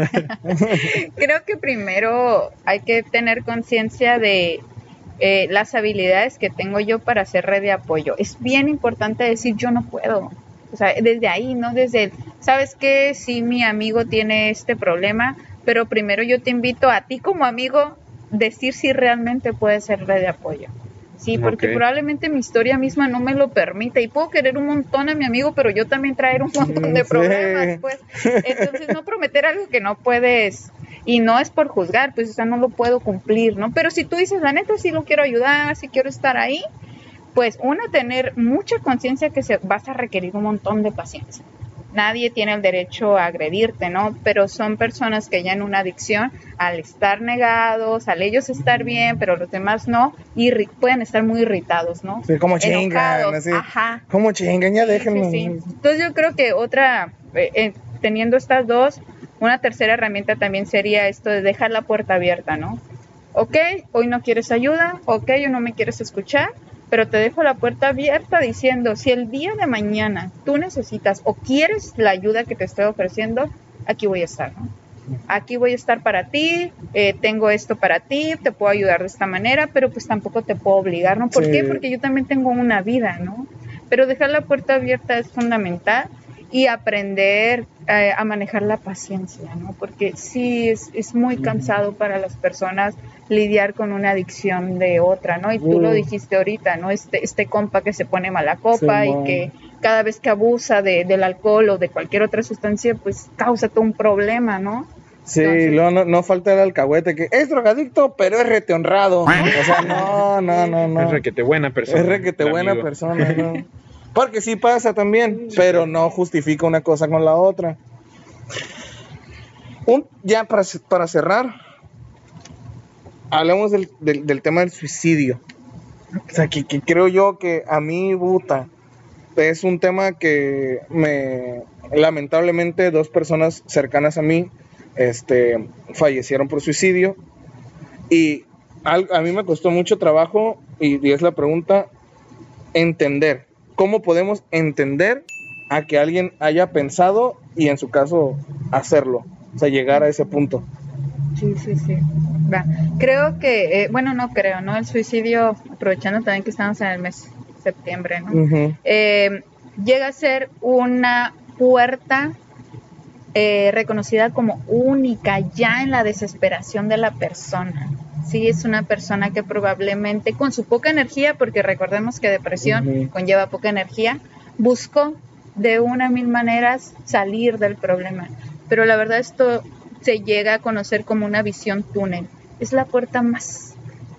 Creo que primero hay que tener conciencia de las habilidades que tengo yo para hacer red de apoyo. Es bien importante decir yo no puedo. O sea, desde ahí, ¿no? ¿Sabes qué? Sí, mi amigo tiene este problema, pero primero yo te invito a ti como amigo decir si realmente puedes ser red de apoyo. Sí, porque probablemente mi historia misma no me lo permite, y puedo querer un montón a mi amigo, pero yo también traer un montón de problemas, pues. Entonces, no prometer algo que no puedes, y no es por juzgar, pues, o sea, no lo puedo cumplir, ¿no? Pero si tú dices, la neta, sí lo quiero ayudar, sí quiero estar ahí, pues, tener mucha conciencia que vas a requerir un montón de paciencia. Nadie tiene el derecho a agredirte, ¿no? Pero son personas que ya en una adicción, al estar negados, al ellos estar bien, pero los demás no, pueden estar muy irritados, ¿no? Sí, como chingan, así. Como chingan, ya déjenme. Sí. Entonces yo creo que teniendo estas dos, una tercera herramienta también sería esto de dejar la puerta abierta, ¿no? Ok, hoy no quieres ayuda, ok, hoy no me quieres escuchar, pero te dejo la puerta abierta diciendo, si el día de mañana tú necesitas o quieres la ayuda que te estoy ofreciendo, aquí voy a estar, ¿no? Aquí voy a estar para ti, tengo esto para ti, te puedo ayudar de esta manera, pero pues tampoco te puedo obligar, ¿no? ¿Por qué? Porque yo también tengo una vida, ¿no? Pero dejar la puerta abierta es fundamental, y aprender a manejar la paciencia, ¿no? Porque sí es muy cansado para las personas lidiar con una adicción de otra, ¿no? Y tú lo dijiste ahorita, ¿no? Este compa que se pone mala copa y que cada vez que abusa del alcohol o de cualquier otra sustancia, pues causa todo un problema, ¿no? Sí, luego no falta el alcahuete que es drogadicto, pero es rete honrado. O sea, no. Es requete buena persona. Es requete buena persona, ¿no? Porque sí pasa también, pero no justifica una cosa con la otra. Ya para cerrar, hablamos del tema del suicidio. O sea, que creo yo que a mí, es un tema que lamentablemente 2 personas cercanas a mí fallecieron por suicidio, y a mí me costó mucho trabajo, y es la pregunta, entender. ¿Cómo podemos entender a que alguien haya pensado y en su caso hacerlo? O sea, llegar a ese punto. Sí. Creo que, no creo, ¿no? El suicidio, aprovechando también que estamos en el mes de septiembre, ¿no? Uh-huh. Llega a ser una puerta reconocida como única ya en la desesperación de la persona. Sí, es una persona que probablemente con su poca energía, porque recordemos que depresión conlleva poca energía, buscó de 1,000 maneras salir del problema. Pero la verdad esto se llega a conocer como una visión túnel. Es la puerta más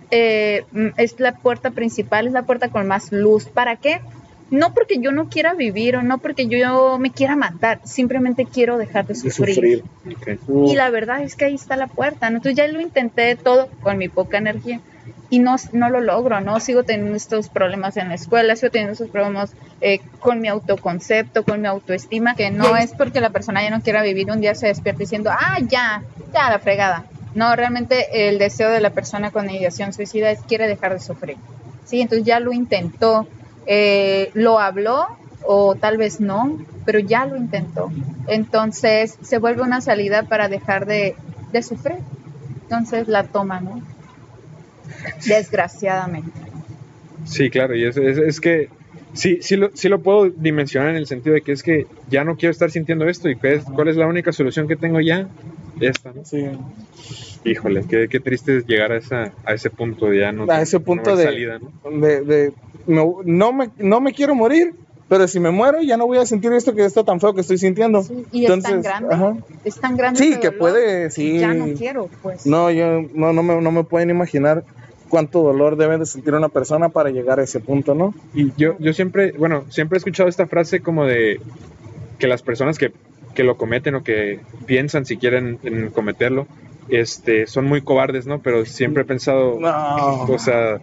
es la puerta principal, es la puerta con más luz. ¿Para qué? No porque yo no quiera vivir o no porque yo me quiera matar, simplemente quiero dejar de sufrir. Okay. Y la verdad es que ahí está la puerta, ¿no? Entonces ya lo intenté todo con mi poca energía y no lo logro, ¿no? Sigo teniendo estos problemas en la escuela, sigo teniendo estos problemas con mi autoconcepto, con mi autoestima, que no es porque la persona ya no quiera vivir, un día se despierta diciendo, ya la fregada. No, realmente el deseo de la persona con ideación suicida quiere dejar de sufrir, ¿sí? Entonces ya lo intentó, lo habló o tal vez no, pero ya lo intentó. Entonces se vuelve una salida para dejar de sufrir. Entonces la toma, ¿no? Desgraciadamente. Sí, claro, y es que sí lo puedo dimensionar en el sentido de que es que ya no quiero estar sintiendo esto y ¿cuál es la única solución que tengo ya? Esta, ¿no? Sí. Híjole, qué triste es llegar a ese punto de ya no a ese punto no de salida, ¿no? No me quiero morir, pero si me muero ya no voy a sentir esto que está tan feo que estoy sintiendo. Sí, y entonces, es tan grande sí, ese que dolor, puede, sí. ya no quiero, pues. No, yo no me pueden imaginar cuánto dolor debe de sentir una persona para llegar a ese punto, ¿no? Y yo siempre he escuchado esta frase como de que las personas que lo cometen o que piensan si quieren en cometerlo, son muy cobardes, ¿no? Pero siempre he pensado, o sea,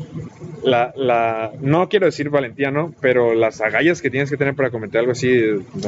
no quiero decir valentía, ¿no? Pero las agallas que tienes que tener para cometer algo así,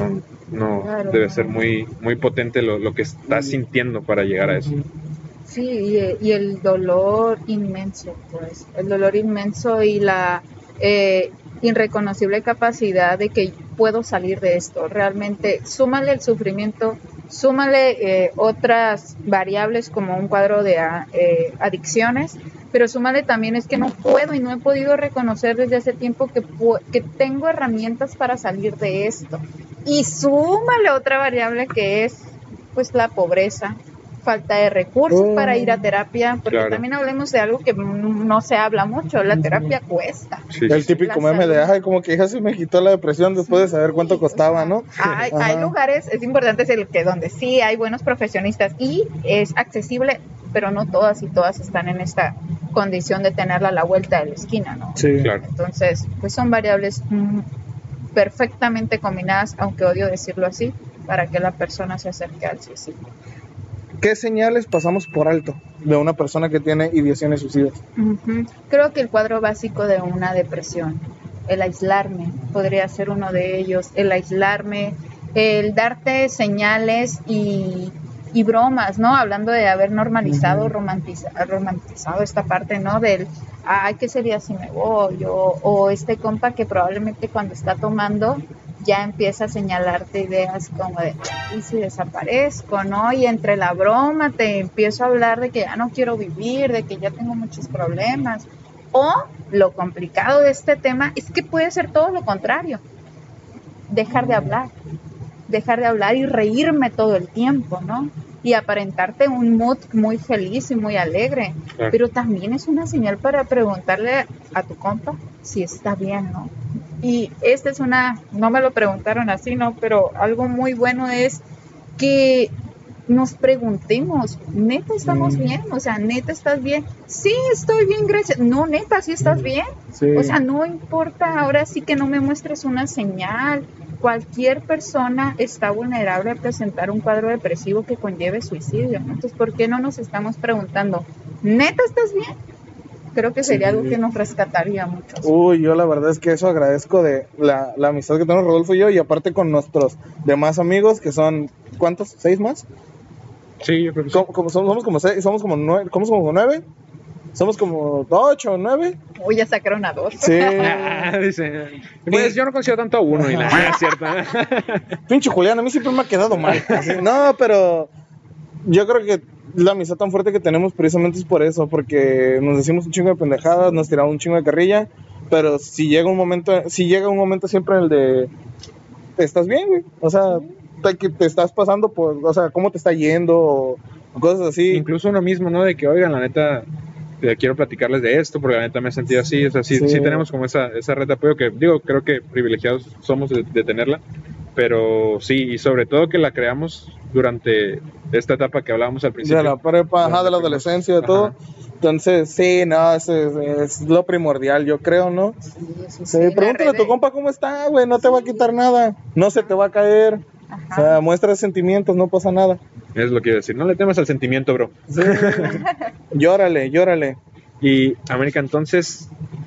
no Claro, debe ser muy, muy potente lo que estás sintiendo para llegar a eso. Sí, y el dolor inmenso, pues, el dolor inmenso y la irreconocible capacidad de que puedo salir de esto. Realmente, súmale el sufrimiento, súmale otras variables como un cuadro de adicciones, pero súmale también es que no puedo y no he podido reconocer desde hace tiempo que tengo herramientas para salir de esto. Y súmale otra variable que es pues la pobreza, falta de recursos para ir a terapia, porque claro. También hablemos de algo que no se habla mucho, la terapia cuesta. Sí. El típico meme de, como que hija se me quitó la depresión después de saber cuánto costaba, ¿no? Hay lugares, es importante decir que donde sí hay buenos profesionistas y es accesible, pero no todas y todas están en esta condición de tenerla a la vuelta de la esquina, ¿no? Sí, claro. Entonces, pues son variables perfectamente combinadas, aunque odio decirlo así, para que la persona se acerque al suicidio. ¿Qué señales pasamos por alto de una persona que tiene ideaciones suicidas? Uh-huh. Creo que el cuadro básico de una depresión, el aislarme, podría ser uno de ellos, el aislarme, el darte señales y bromas, ¿no? Hablando de haber normalizado, romantizado esta parte, ¿no? Del, ¿qué sería si me voy? O este compa que probablemente cuando está tomando ya empieza a señalarte ideas como de, ¿y si desaparezco, no? Y entre la broma te empiezo a hablar de que ya no quiero vivir, de que ya tengo muchos problemas. O lo complicado de este tema es que puede ser todo lo contrario. Dejar de hablar y reírme todo el tiempo, ¿no? Y aparentarte un mood muy feliz y muy alegre. Claro. Pero también es una señal para preguntarle a tu compa si está bien, ¿no? Y esta es no me lo preguntaron así, ¿no? Pero algo muy bueno es que nos preguntemos, ¿neta estamos bien? O sea, ¿neta estás bien? Sí, estoy bien, gracias. No, neta, ¿sí estás bien? Sí. O sea, no importa, ahora sí que no me muestres una señal. Cualquier persona está vulnerable a presentar un cuadro depresivo que conlleve suicidio, ¿no? Entonces, ¿por qué no nos estamos preguntando, ¿neta estás bien? Creo que sería algo que nos rescataría mucho. Uy, yo la verdad es que eso agradezco de la amistad que tenemos Rodolfo y yo, y aparte con nuestros demás amigos, que son, ¿cuántos? ¿6 más? Sí, yo creo que sí. Somos como 6, somos como 9, ¿cómo somos como 9? Somos como 8 o 9. Uy, ya sacaron a 2. Sí. Dice, pues yo no considero tanto a uno y nada, es cierto. Pinche Julián, a mí siempre me ha quedado mal. Así, no, pero yo creo que la amistad tan fuerte que tenemos precisamente es por eso, porque nos decimos un chingo de pendejadas, nos tiramos un chingo de carrilla, pero si llega un momento siempre el de, ¿estás bien, güey? O sea, que te estás pasando por, o sea, ¿cómo te está yendo? O cosas así. Incluso uno mismo, ¿no? De que, oigan, la neta, quiero platicarles de esto, porque la neta me he sentido así, o sea, sí tenemos como esa red de apoyo que, digo, creo que privilegiados somos de tenerla, pero sí, y sobre todo que la creamos durante esta etapa que hablábamos al principio. De la prepa, de la adolescencia, de todo. Entonces, sí, no, es lo primordial, yo creo, ¿no? Sí, pregúntale a tu compa cómo está, güey, no te va a quitar nada, no se te va a caer. Ajá. O sea, muestra sentimientos, no pasa nada. Es lo que iba a decir, no le temas al sentimiento, bro. Sí. Llórale. Y, América, entonces,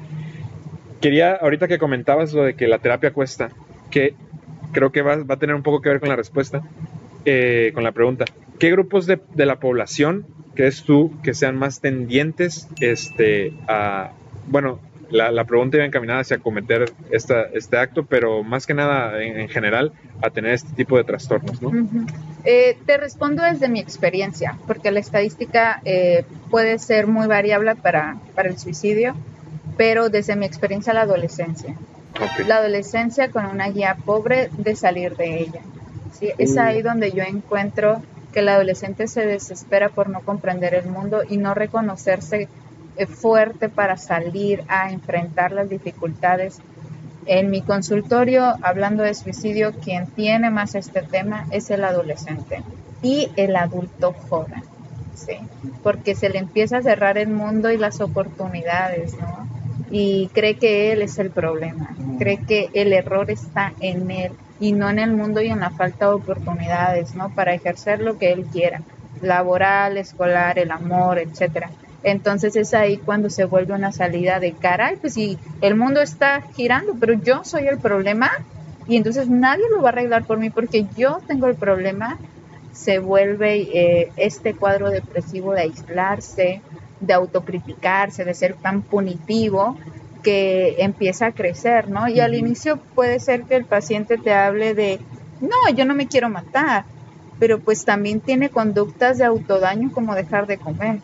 quería, ahorita que comentabas lo de que la terapia cuesta, que creo que va a tener un poco que ver con la respuesta, con la pregunta. ¿Qué grupos de la población crees tú que sean más tendientes a... Bueno, la pregunta iba encaminada hacia cometer este acto, pero más que nada, en general, a tener este tipo de trastornos, ¿no? Uh-huh. Te respondo desde mi experiencia, porque la estadística puede ser muy variable para el suicidio, pero desde mi experiencia la adolescencia. Okay. La adolescencia con una guía pobre de salir de ella. ¿Sí? Es ahí donde yo encuentro que el adolescente se desespera por no comprender el mundo y no reconocerse fuerte para salir a enfrentar las dificultades. En mi consultorio, hablando de suicidio, quien tiene más este tema es el adolescente y el adulto joven, ¿sí? Porque se le empieza a cerrar el mundo y las oportunidades, ¿no? Y cree que él es el problema, cree que el error está en él y no en el mundo y en la falta de oportunidades, ¿no? Para ejercer lo que él quiera, laboral, escolar, el amor, etcétera. Entonces es ahí cuando se vuelve una salida de caray, pues si el mundo está girando, pero yo soy el problema y entonces nadie lo va a arreglar por mí porque yo tengo el problema, se vuelve este cuadro depresivo de aislarse, de autocriticarse, de ser tan punitivo que empieza a crecer, ¿no? Y al inicio puede ser que el paciente te hable de, no, yo no me quiero matar, pero pues también tiene conductas de autodaño como dejar de comer.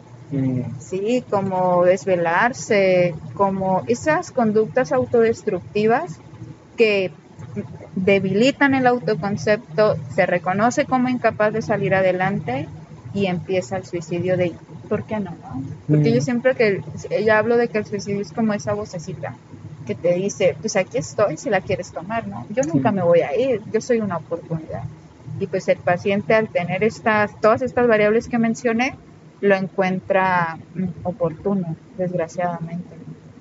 Sí, como desvelarse, como esas conductas autodestructivas que debilitan el autoconcepto, se reconoce como incapaz de salir adelante y empieza el suicidio de ¿por qué no? Porque yo siempre yo hablo de que el suicidio es como esa vocecita que te dice, pues aquí estoy si la quieres tomar, ¿no? Yo nunca me voy a ir, yo soy una oportunidad. Y pues el paciente al tener todas estas variables que mencioné, lo encuentra oportuno, desgraciadamente.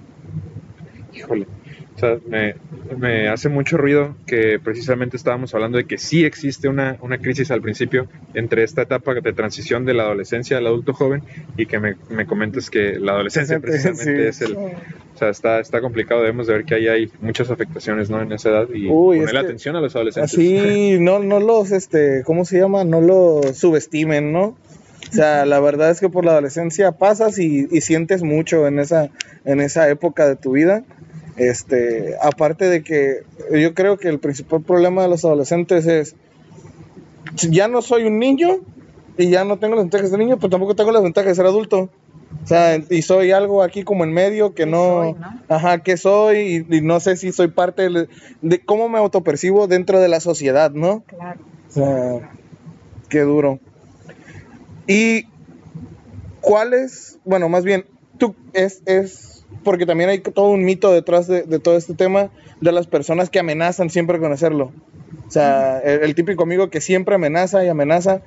Híjole, o sea, me hace mucho ruido que precisamente estábamos hablando de que sí existe una crisis al principio entre esta etapa de transición de la adolescencia al adulto joven y que me comentes que la adolescencia precisamente sí. O sea, está complicado, debemos de ver que ahí hay muchas afectaciones, ¿no? En esa edad y ponerle atención a los adolescentes. Sí, no los, ¿cómo se llama? No los subestimen, ¿no? O sea, la verdad es que por la adolescencia pasas y sientes mucho en esa época de tu vida. Aparte de que yo creo que el principal problema de los adolescentes es, ya no soy un niño y ya no tengo las ventajas de niño, pero tampoco tengo las ventajas de ser adulto. O sea, y soy algo aquí como en medio que no. Ajá, que soy y no sé si soy parte de cómo me autopercibo dentro de la sociedad, ¿no? Claro. O sea, qué duro. ¿Y cuáles, bueno, más bien, tú es porque también hay todo un mito detrás de todo este tema de las personas que amenazan siempre con hacerlo? O sea, el típico amigo que siempre amenaza y amenaza.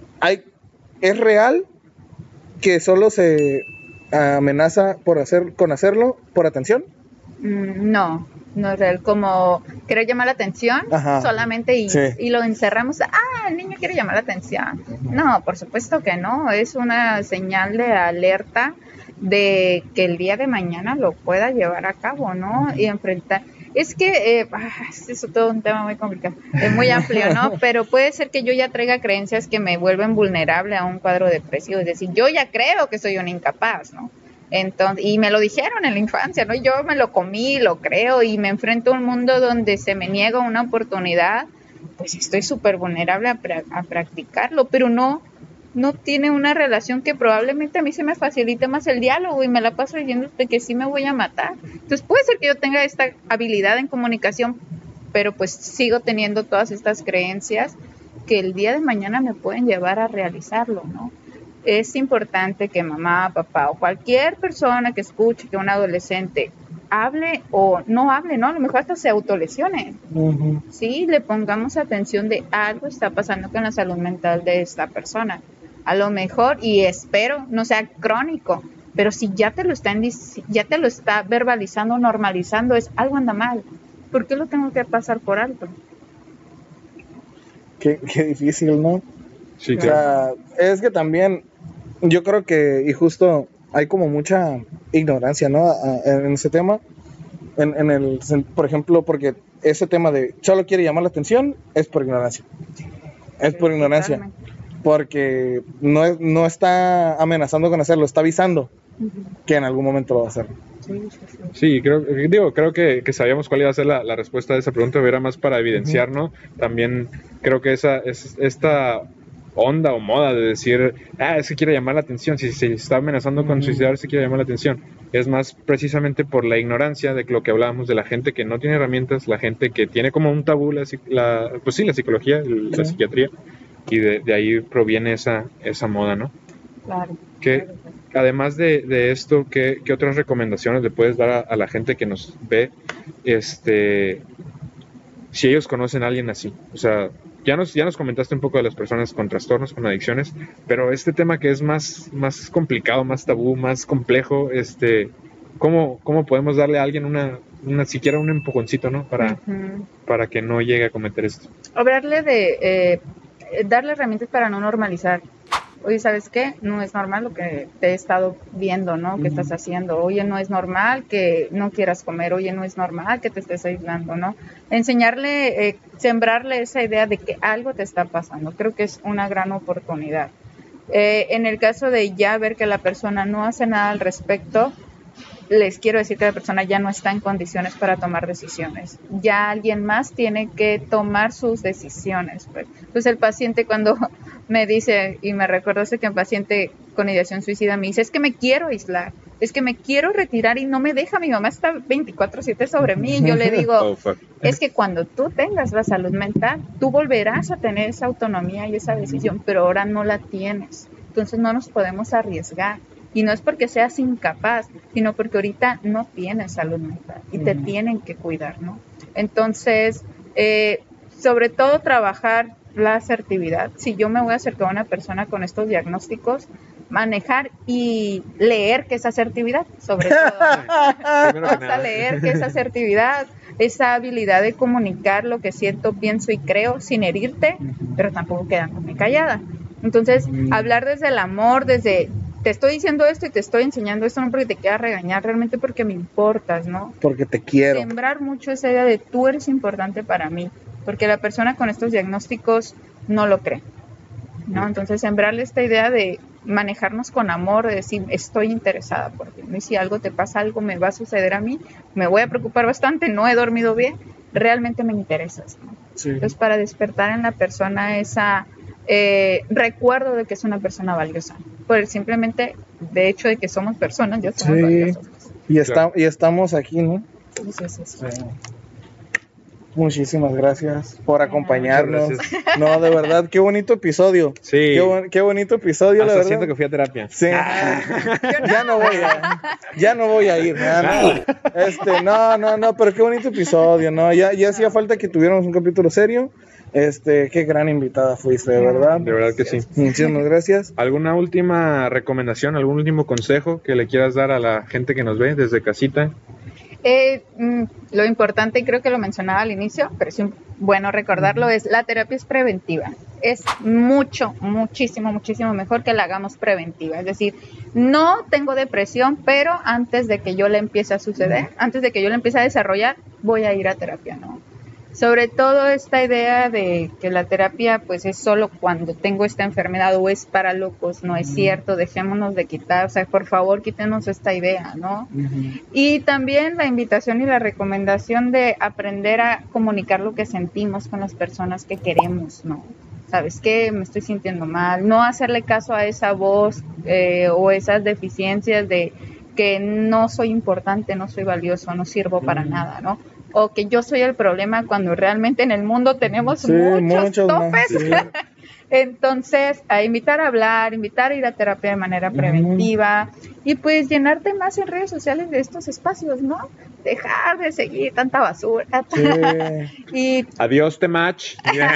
¿Es real que solo se amenaza con hacerlo por atención? No es real, como querer llamar la atención. Ajá. Solamente y lo encerramos, el niño quiere llamar la atención. No, por supuesto que no, es una señal de alerta de que el día de mañana lo pueda llevar a cabo, ¿no? Y enfrentar. Es que es todo un tema muy complicado, es muy amplio, ¿no? Pero puede ser que yo ya traiga creencias que me vuelven vulnerable a un cuadro depresivo, es decir, yo ya creo que soy un incapaz, ¿no? Entonces, y me lo dijeron en la infancia, ¿no? Yo me lo comí, lo creo y me enfrento a un mundo donde se me niega una oportunidad, pues estoy súper vulnerable a practicarlo, pero no tiene una relación que probablemente a mí se me facilite más el diálogo y me la paso diciendo que sí me voy a matar. Entonces puede ser que yo tenga esta habilidad en comunicación, pero pues sigo teniendo todas estas creencias que el día de mañana me pueden llevar a realizarlo, ¿no? Es importante que mamá, papá o cualquier persona que escuche que un adolescente hable o no hable, ¿no? A lo mejor hasta se autolesione. Uh-huh. Sí, le pongamos atención de algo está pasando con la salud mental de esta persona. A lo mejor, y espero, no sea crónico, Pero si ya te lo está verbalizando, normalizando, es algo anda mal. ¿Por qué lo tengo que pasar por alto? Qué difícil, ¿no? Sí, O claro. sea, es que también yo creo que, y justo hay como mucha ignorancia, ¿no? En ese tema, por ejemplo, porque ese tema de solo quiere llamar la atención es por ignorancia. Es por ignorancia. Totalmente. Porque no está amenazando con hacerlo, está avisando que en algún momento lo va a hacer. Sí, creo que sabíamos cuál iba a ser la respuesta de esa pregunta, era más para evidenciar, ¿no? También creo que esta onda o moda de decir, es que quiere llamar la atención, si se está amenazando con suicidarse, quiere llamar la atención. Es más precisamente por la ignorancia de lo que hablábamos de la gente que no tiene herramientas, la gente que tiene como un tabú la psicología, la psiquiatría, y de ahí proviene esa moda, ¿no? Claro. Que además de esto, ¿qué otras recomendaciones le puedes dar a la gente que nos ve? Si ellos conocen a alguien así, o sea, ya nos comentaste un poco de las personas con trastornos, con adicciones, pero este tema que es más complicado, más tabú, más complejo, ¿cómo podemos darle a alguien siquiera un empujoncito, ¿no? Para que no llegue a cometer esto. Hablarle darle herramientas para no normalizar. Oye, ¿sabes qué? No es normal lo que te he estado viendo, ¿no? Que estás haciendo. Oye, no es normal que no quieras comer. Oye, no es normal que te estés aislando, ¿no? Enseñarle, sembrarle esa idea de que algo te está pasando. Creo que es una gran oportunidad. En el caso de ya ver que la persona no hace nada al respecto, les quiero decir que la persona ya no está en condiciones para tomar decisiones. Ya alguien más tiene que tomar sus decisiones. Pues el paciente cuando me dice, y me recuerdo que un paciente con ideación suicida me dice, es que me quiero aislar, es que me quiero retirar y no me deja, mi mamá está 24/7 sobre mí. Y yo le digo, es que cuando tú tengas la salud mental, tú volverás a tener esa autonomía y esa decisión, pero ahora no la tienes. Entonces no nos podemos arriesgar. Y no es porque seas incapaz, sino porque ahorita no tienes salud mental y te tienen que cuidar, ¿no? Entonces, sobre todo trabajar la asertividad. Si yo me voy a acercar a una persona con estos diagnósticos, manejar y leer qué es asertividad, sobre todo. Vamos a leer qué es asertividad, esa habilidad de comunicar lo que siento, pienso y creo sin herirte, pero tampoco quedándome callada. Entonces, hablar desde el amor, desde te estoy diciendo esto y te estoy enseñando esto, no porque te quiera regañar, realmente porque me importas, ¿no? Porque te quiero. Sembrar mucho esa idea de tú eres importante para mí, porque la persona con estos diagnósticos no lo cree, ¿no? Entonces, sembrarle esta idea de manejarnos con amor, de decir, estoy interesada por ti, ¿no? Y si algo te pasa, algo me va a suceder a mí, me voy a preocupar bastante, no he dormido bien, realmente me interesas, ¿no? Sí. Entonces, para despertar en la persona esa recuerdo de que es una persona valiosa, por el simplemente de hecho de que somos personas, ya somos valiosos. Y estamos aquí, ¿no? Sí. Muchísimas gracias por acompañarnos. No, de verdad, qué bonito episodio. Sí. Qué bonito episodio, hasta la verdad. siento que fui a terapia. Sí. Ya no voy a ir. No, pero qué bonito episodio, ¿no? Ya hacía falta que tuviéramos un capítulo serio. Qué gran invitada fuiste, de verdad. De verdad que sí. Muchísimas gracias. ¿Alguna última recomendación, algún último consejo que le quieras dar a la gente que nos ve desde casita? Lo importante, y creo que lo mencionaba al inicio, pero es bueno recordarlo, es la terapia es preventiva. Es muchísimo mejor que la hagamos preventiva. Es decir, no tengo depresión, pero antes de que yo la empiece a suceder, antes de que yo la empiece a desarrollar, voy a ir a terapia, ¿no? Sobre todo esta idea de que la terapia pues es solo cuando tengo esta enfermedad o es para locos, no es cierto, dejémonos de quitar, o sea, por favor quítenos esta idea, ¿no? Y también la invitación y la recomendación de aprender a comunicar lo que sentimos con las personas que queremos, ¿no? ¿Sabes qué? Me estoy sintiendo mal, no hacerle caso a esa voz o esas deficiencias de que no soy importante, no soy valioso, no sirvo para nada, ¿no? O que yo soy el problema cuando realmente en el mundo tenemos muchos topes. Sí. Entonces, a invitar a hablar, invitar a ir a terapia de manera preventiva y pues llenarte más en redes sociales de estos espacios, ¿no? Dejar de seguir tanta basura. Y adiós, Temach.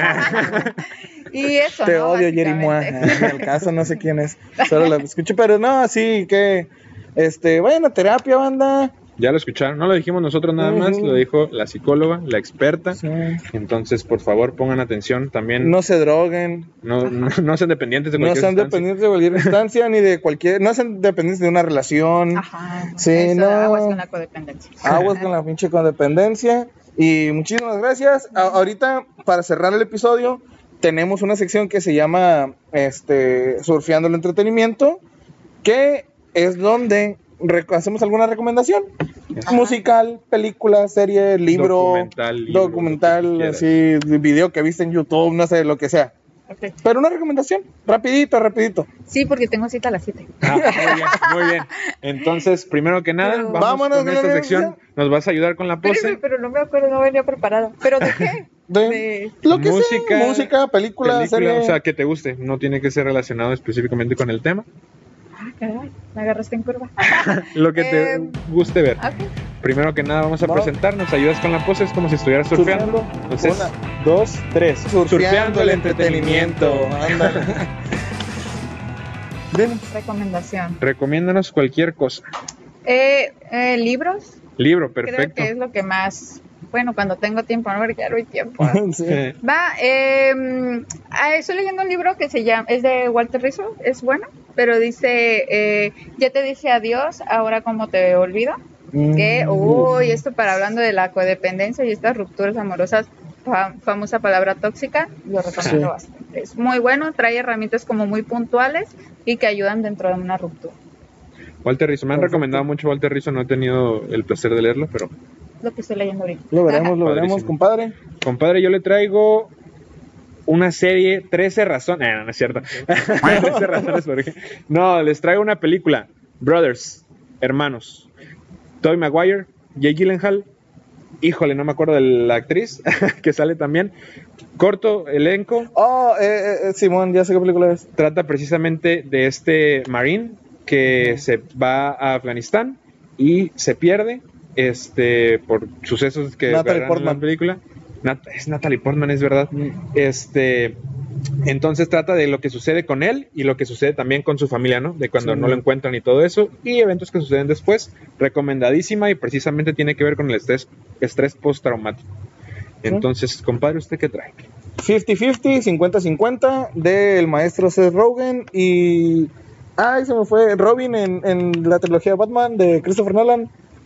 Y eso, te odio, Jerimoa. En el caso no sé quién es, solo lo escucho, pero no, sí, que Vayan a terapia, banda. Ya lo escucharon, no lo dijimos nosotros nada más, lo dijo la psicóloga, la experta. Sí. Entonces, por favor, pongan atención también. No se droguen. No sean dependientes de No cualquier sean sustancia. dependientes de cualquier instancia ni de cualquier. No sean dependientes de una relación. Ajá. Sí, Eso, no. aguas con la codependencia. Aguas con la pinche codependencia. Y muchísimas gracias. Ahorita, para cerrar el episodio, tenemos una sección que se llama Surfeando el Entretenimiento, que es donde hacemos alguna recomendación. Ajá. Musical, película, serie, libro, documental, lo que así, video que viste en YouTube, no sé, lo que sea. Ok. Pero una recomendación, rapidito. Sí, porque tengo cita a las 7. Muy bien. Entonces, primero que nada, Pero- vámonos con con esta la sección. recomendación. Nos vas a ayudar con la pose. Pero no me acuerdo, no venía preparada. ¿Pero de qué? De lo que sea, música, película, serie. O sea, que te guste. No tiene que ser relacionado específicamente con el tema. Ah, caray, me agarraste en curva. Lo que te guste ver. Ok. Primero que nada, vamos a Vamos. presentarnos. Ayudas con la pose, es como si estuvieras surfeando. Entonces, 1, 2, 3. Surfeando el entretenimiento. Ándale. Ven. Recomendación. recomiéndanos cualquier cosa. Libros. Libro, Creo perfecto. que es lo que más. Bueno, cuando tengo tiempo, no porque ya no hay tiempo. Sí. Va, estoy leyendo un libro que se llama, es de Walter Rizzo, es bueno, pero dice, ya te dije adiós, ahora cómo te olvido. Que, uy, esto para hablando de la codependencia y estas rupturas amorosas, famosa palabra tóxica, lo recomiendo bastante. Es muy bueno, trae herramientas como muy puntuales y que ayudan dentro de una ruptura. Walter Rizzo, me han Perfecto. recomendado mucho Walter Rizzo, no he tenido el placer de leerlo, pero Lo que estoy leyendo ahorita. Lo veremos, Padrísimo. compadre. compadre, yo le traigo una serie, 13 razones, no es cierto. 13 razones por qué. No, les traigo una película, Brothers, Hermanos, Tobey Maguire, Jake Gyllenhaal, híjole, no me acuerdo de la actriz que sale también, corto elenco, Oh, Simón, ya sé qué película es. trata precisamente de este Marine que se va a Afganistán y se pierde por sucesos que Natalie verán en la Portman. película. Es Natalie Portman, es verdad. Entonces trata de lo que sucede con él y lo que sucede también con su familia, ¿no? De cuando Sí. no lo encuentran y todo eso, y eventos que suceden después. Recomendadísima y precisamente tiene que ver con el estrés postraumático. Entonces, compadre, ¿usted qué trae? 50-50, 50-50 del maestro Seth Rogen y... Ay, se me fue Robin en la trilogía de Batman de Christopher Nolan.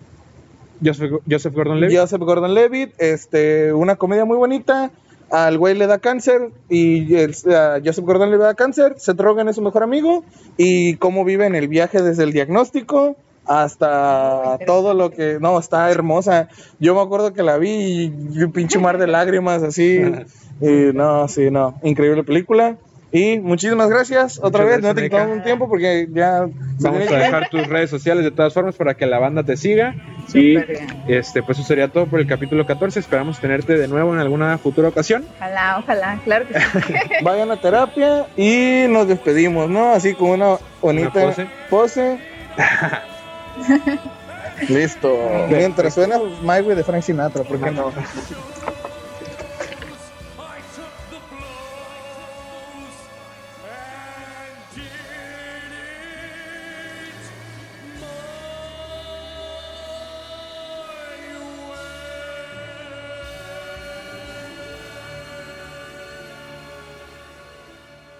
Joseph Gordon-Levitt. Joseph Gordon-Levitt, una comedia muy bonita. Al güey le da cáncer y a Joseph Gordon-Levitt le da cáncer. Seth Rogen es su mejor amigo y cómo vive en el viaje desde el diagnóstico hasta todo lo que... No, está hermosa. Yo me acuerdo que la vi y un pinche mar de lágrimas así. Y no, sí, no. Increíble película. Y muchísimas gracias otra Muchas vez. No te gracias, quitamos Nika. un tiempo porque ya... Vamos a dejar tus redes sociales de todas formas para que la banda te siga. Súper Y bien. pues eso sería todo por el capítulo 14. Esperamos tenerte de nuevo en alguna futura ocasión. Ojalá, claro que sí. Vayan a terapia y nos despedimos, ¿no? Así con una bonita Una pose. Listo. Mientras suena My Way de Frank Sinatra, ¿por qué no? I took the blows and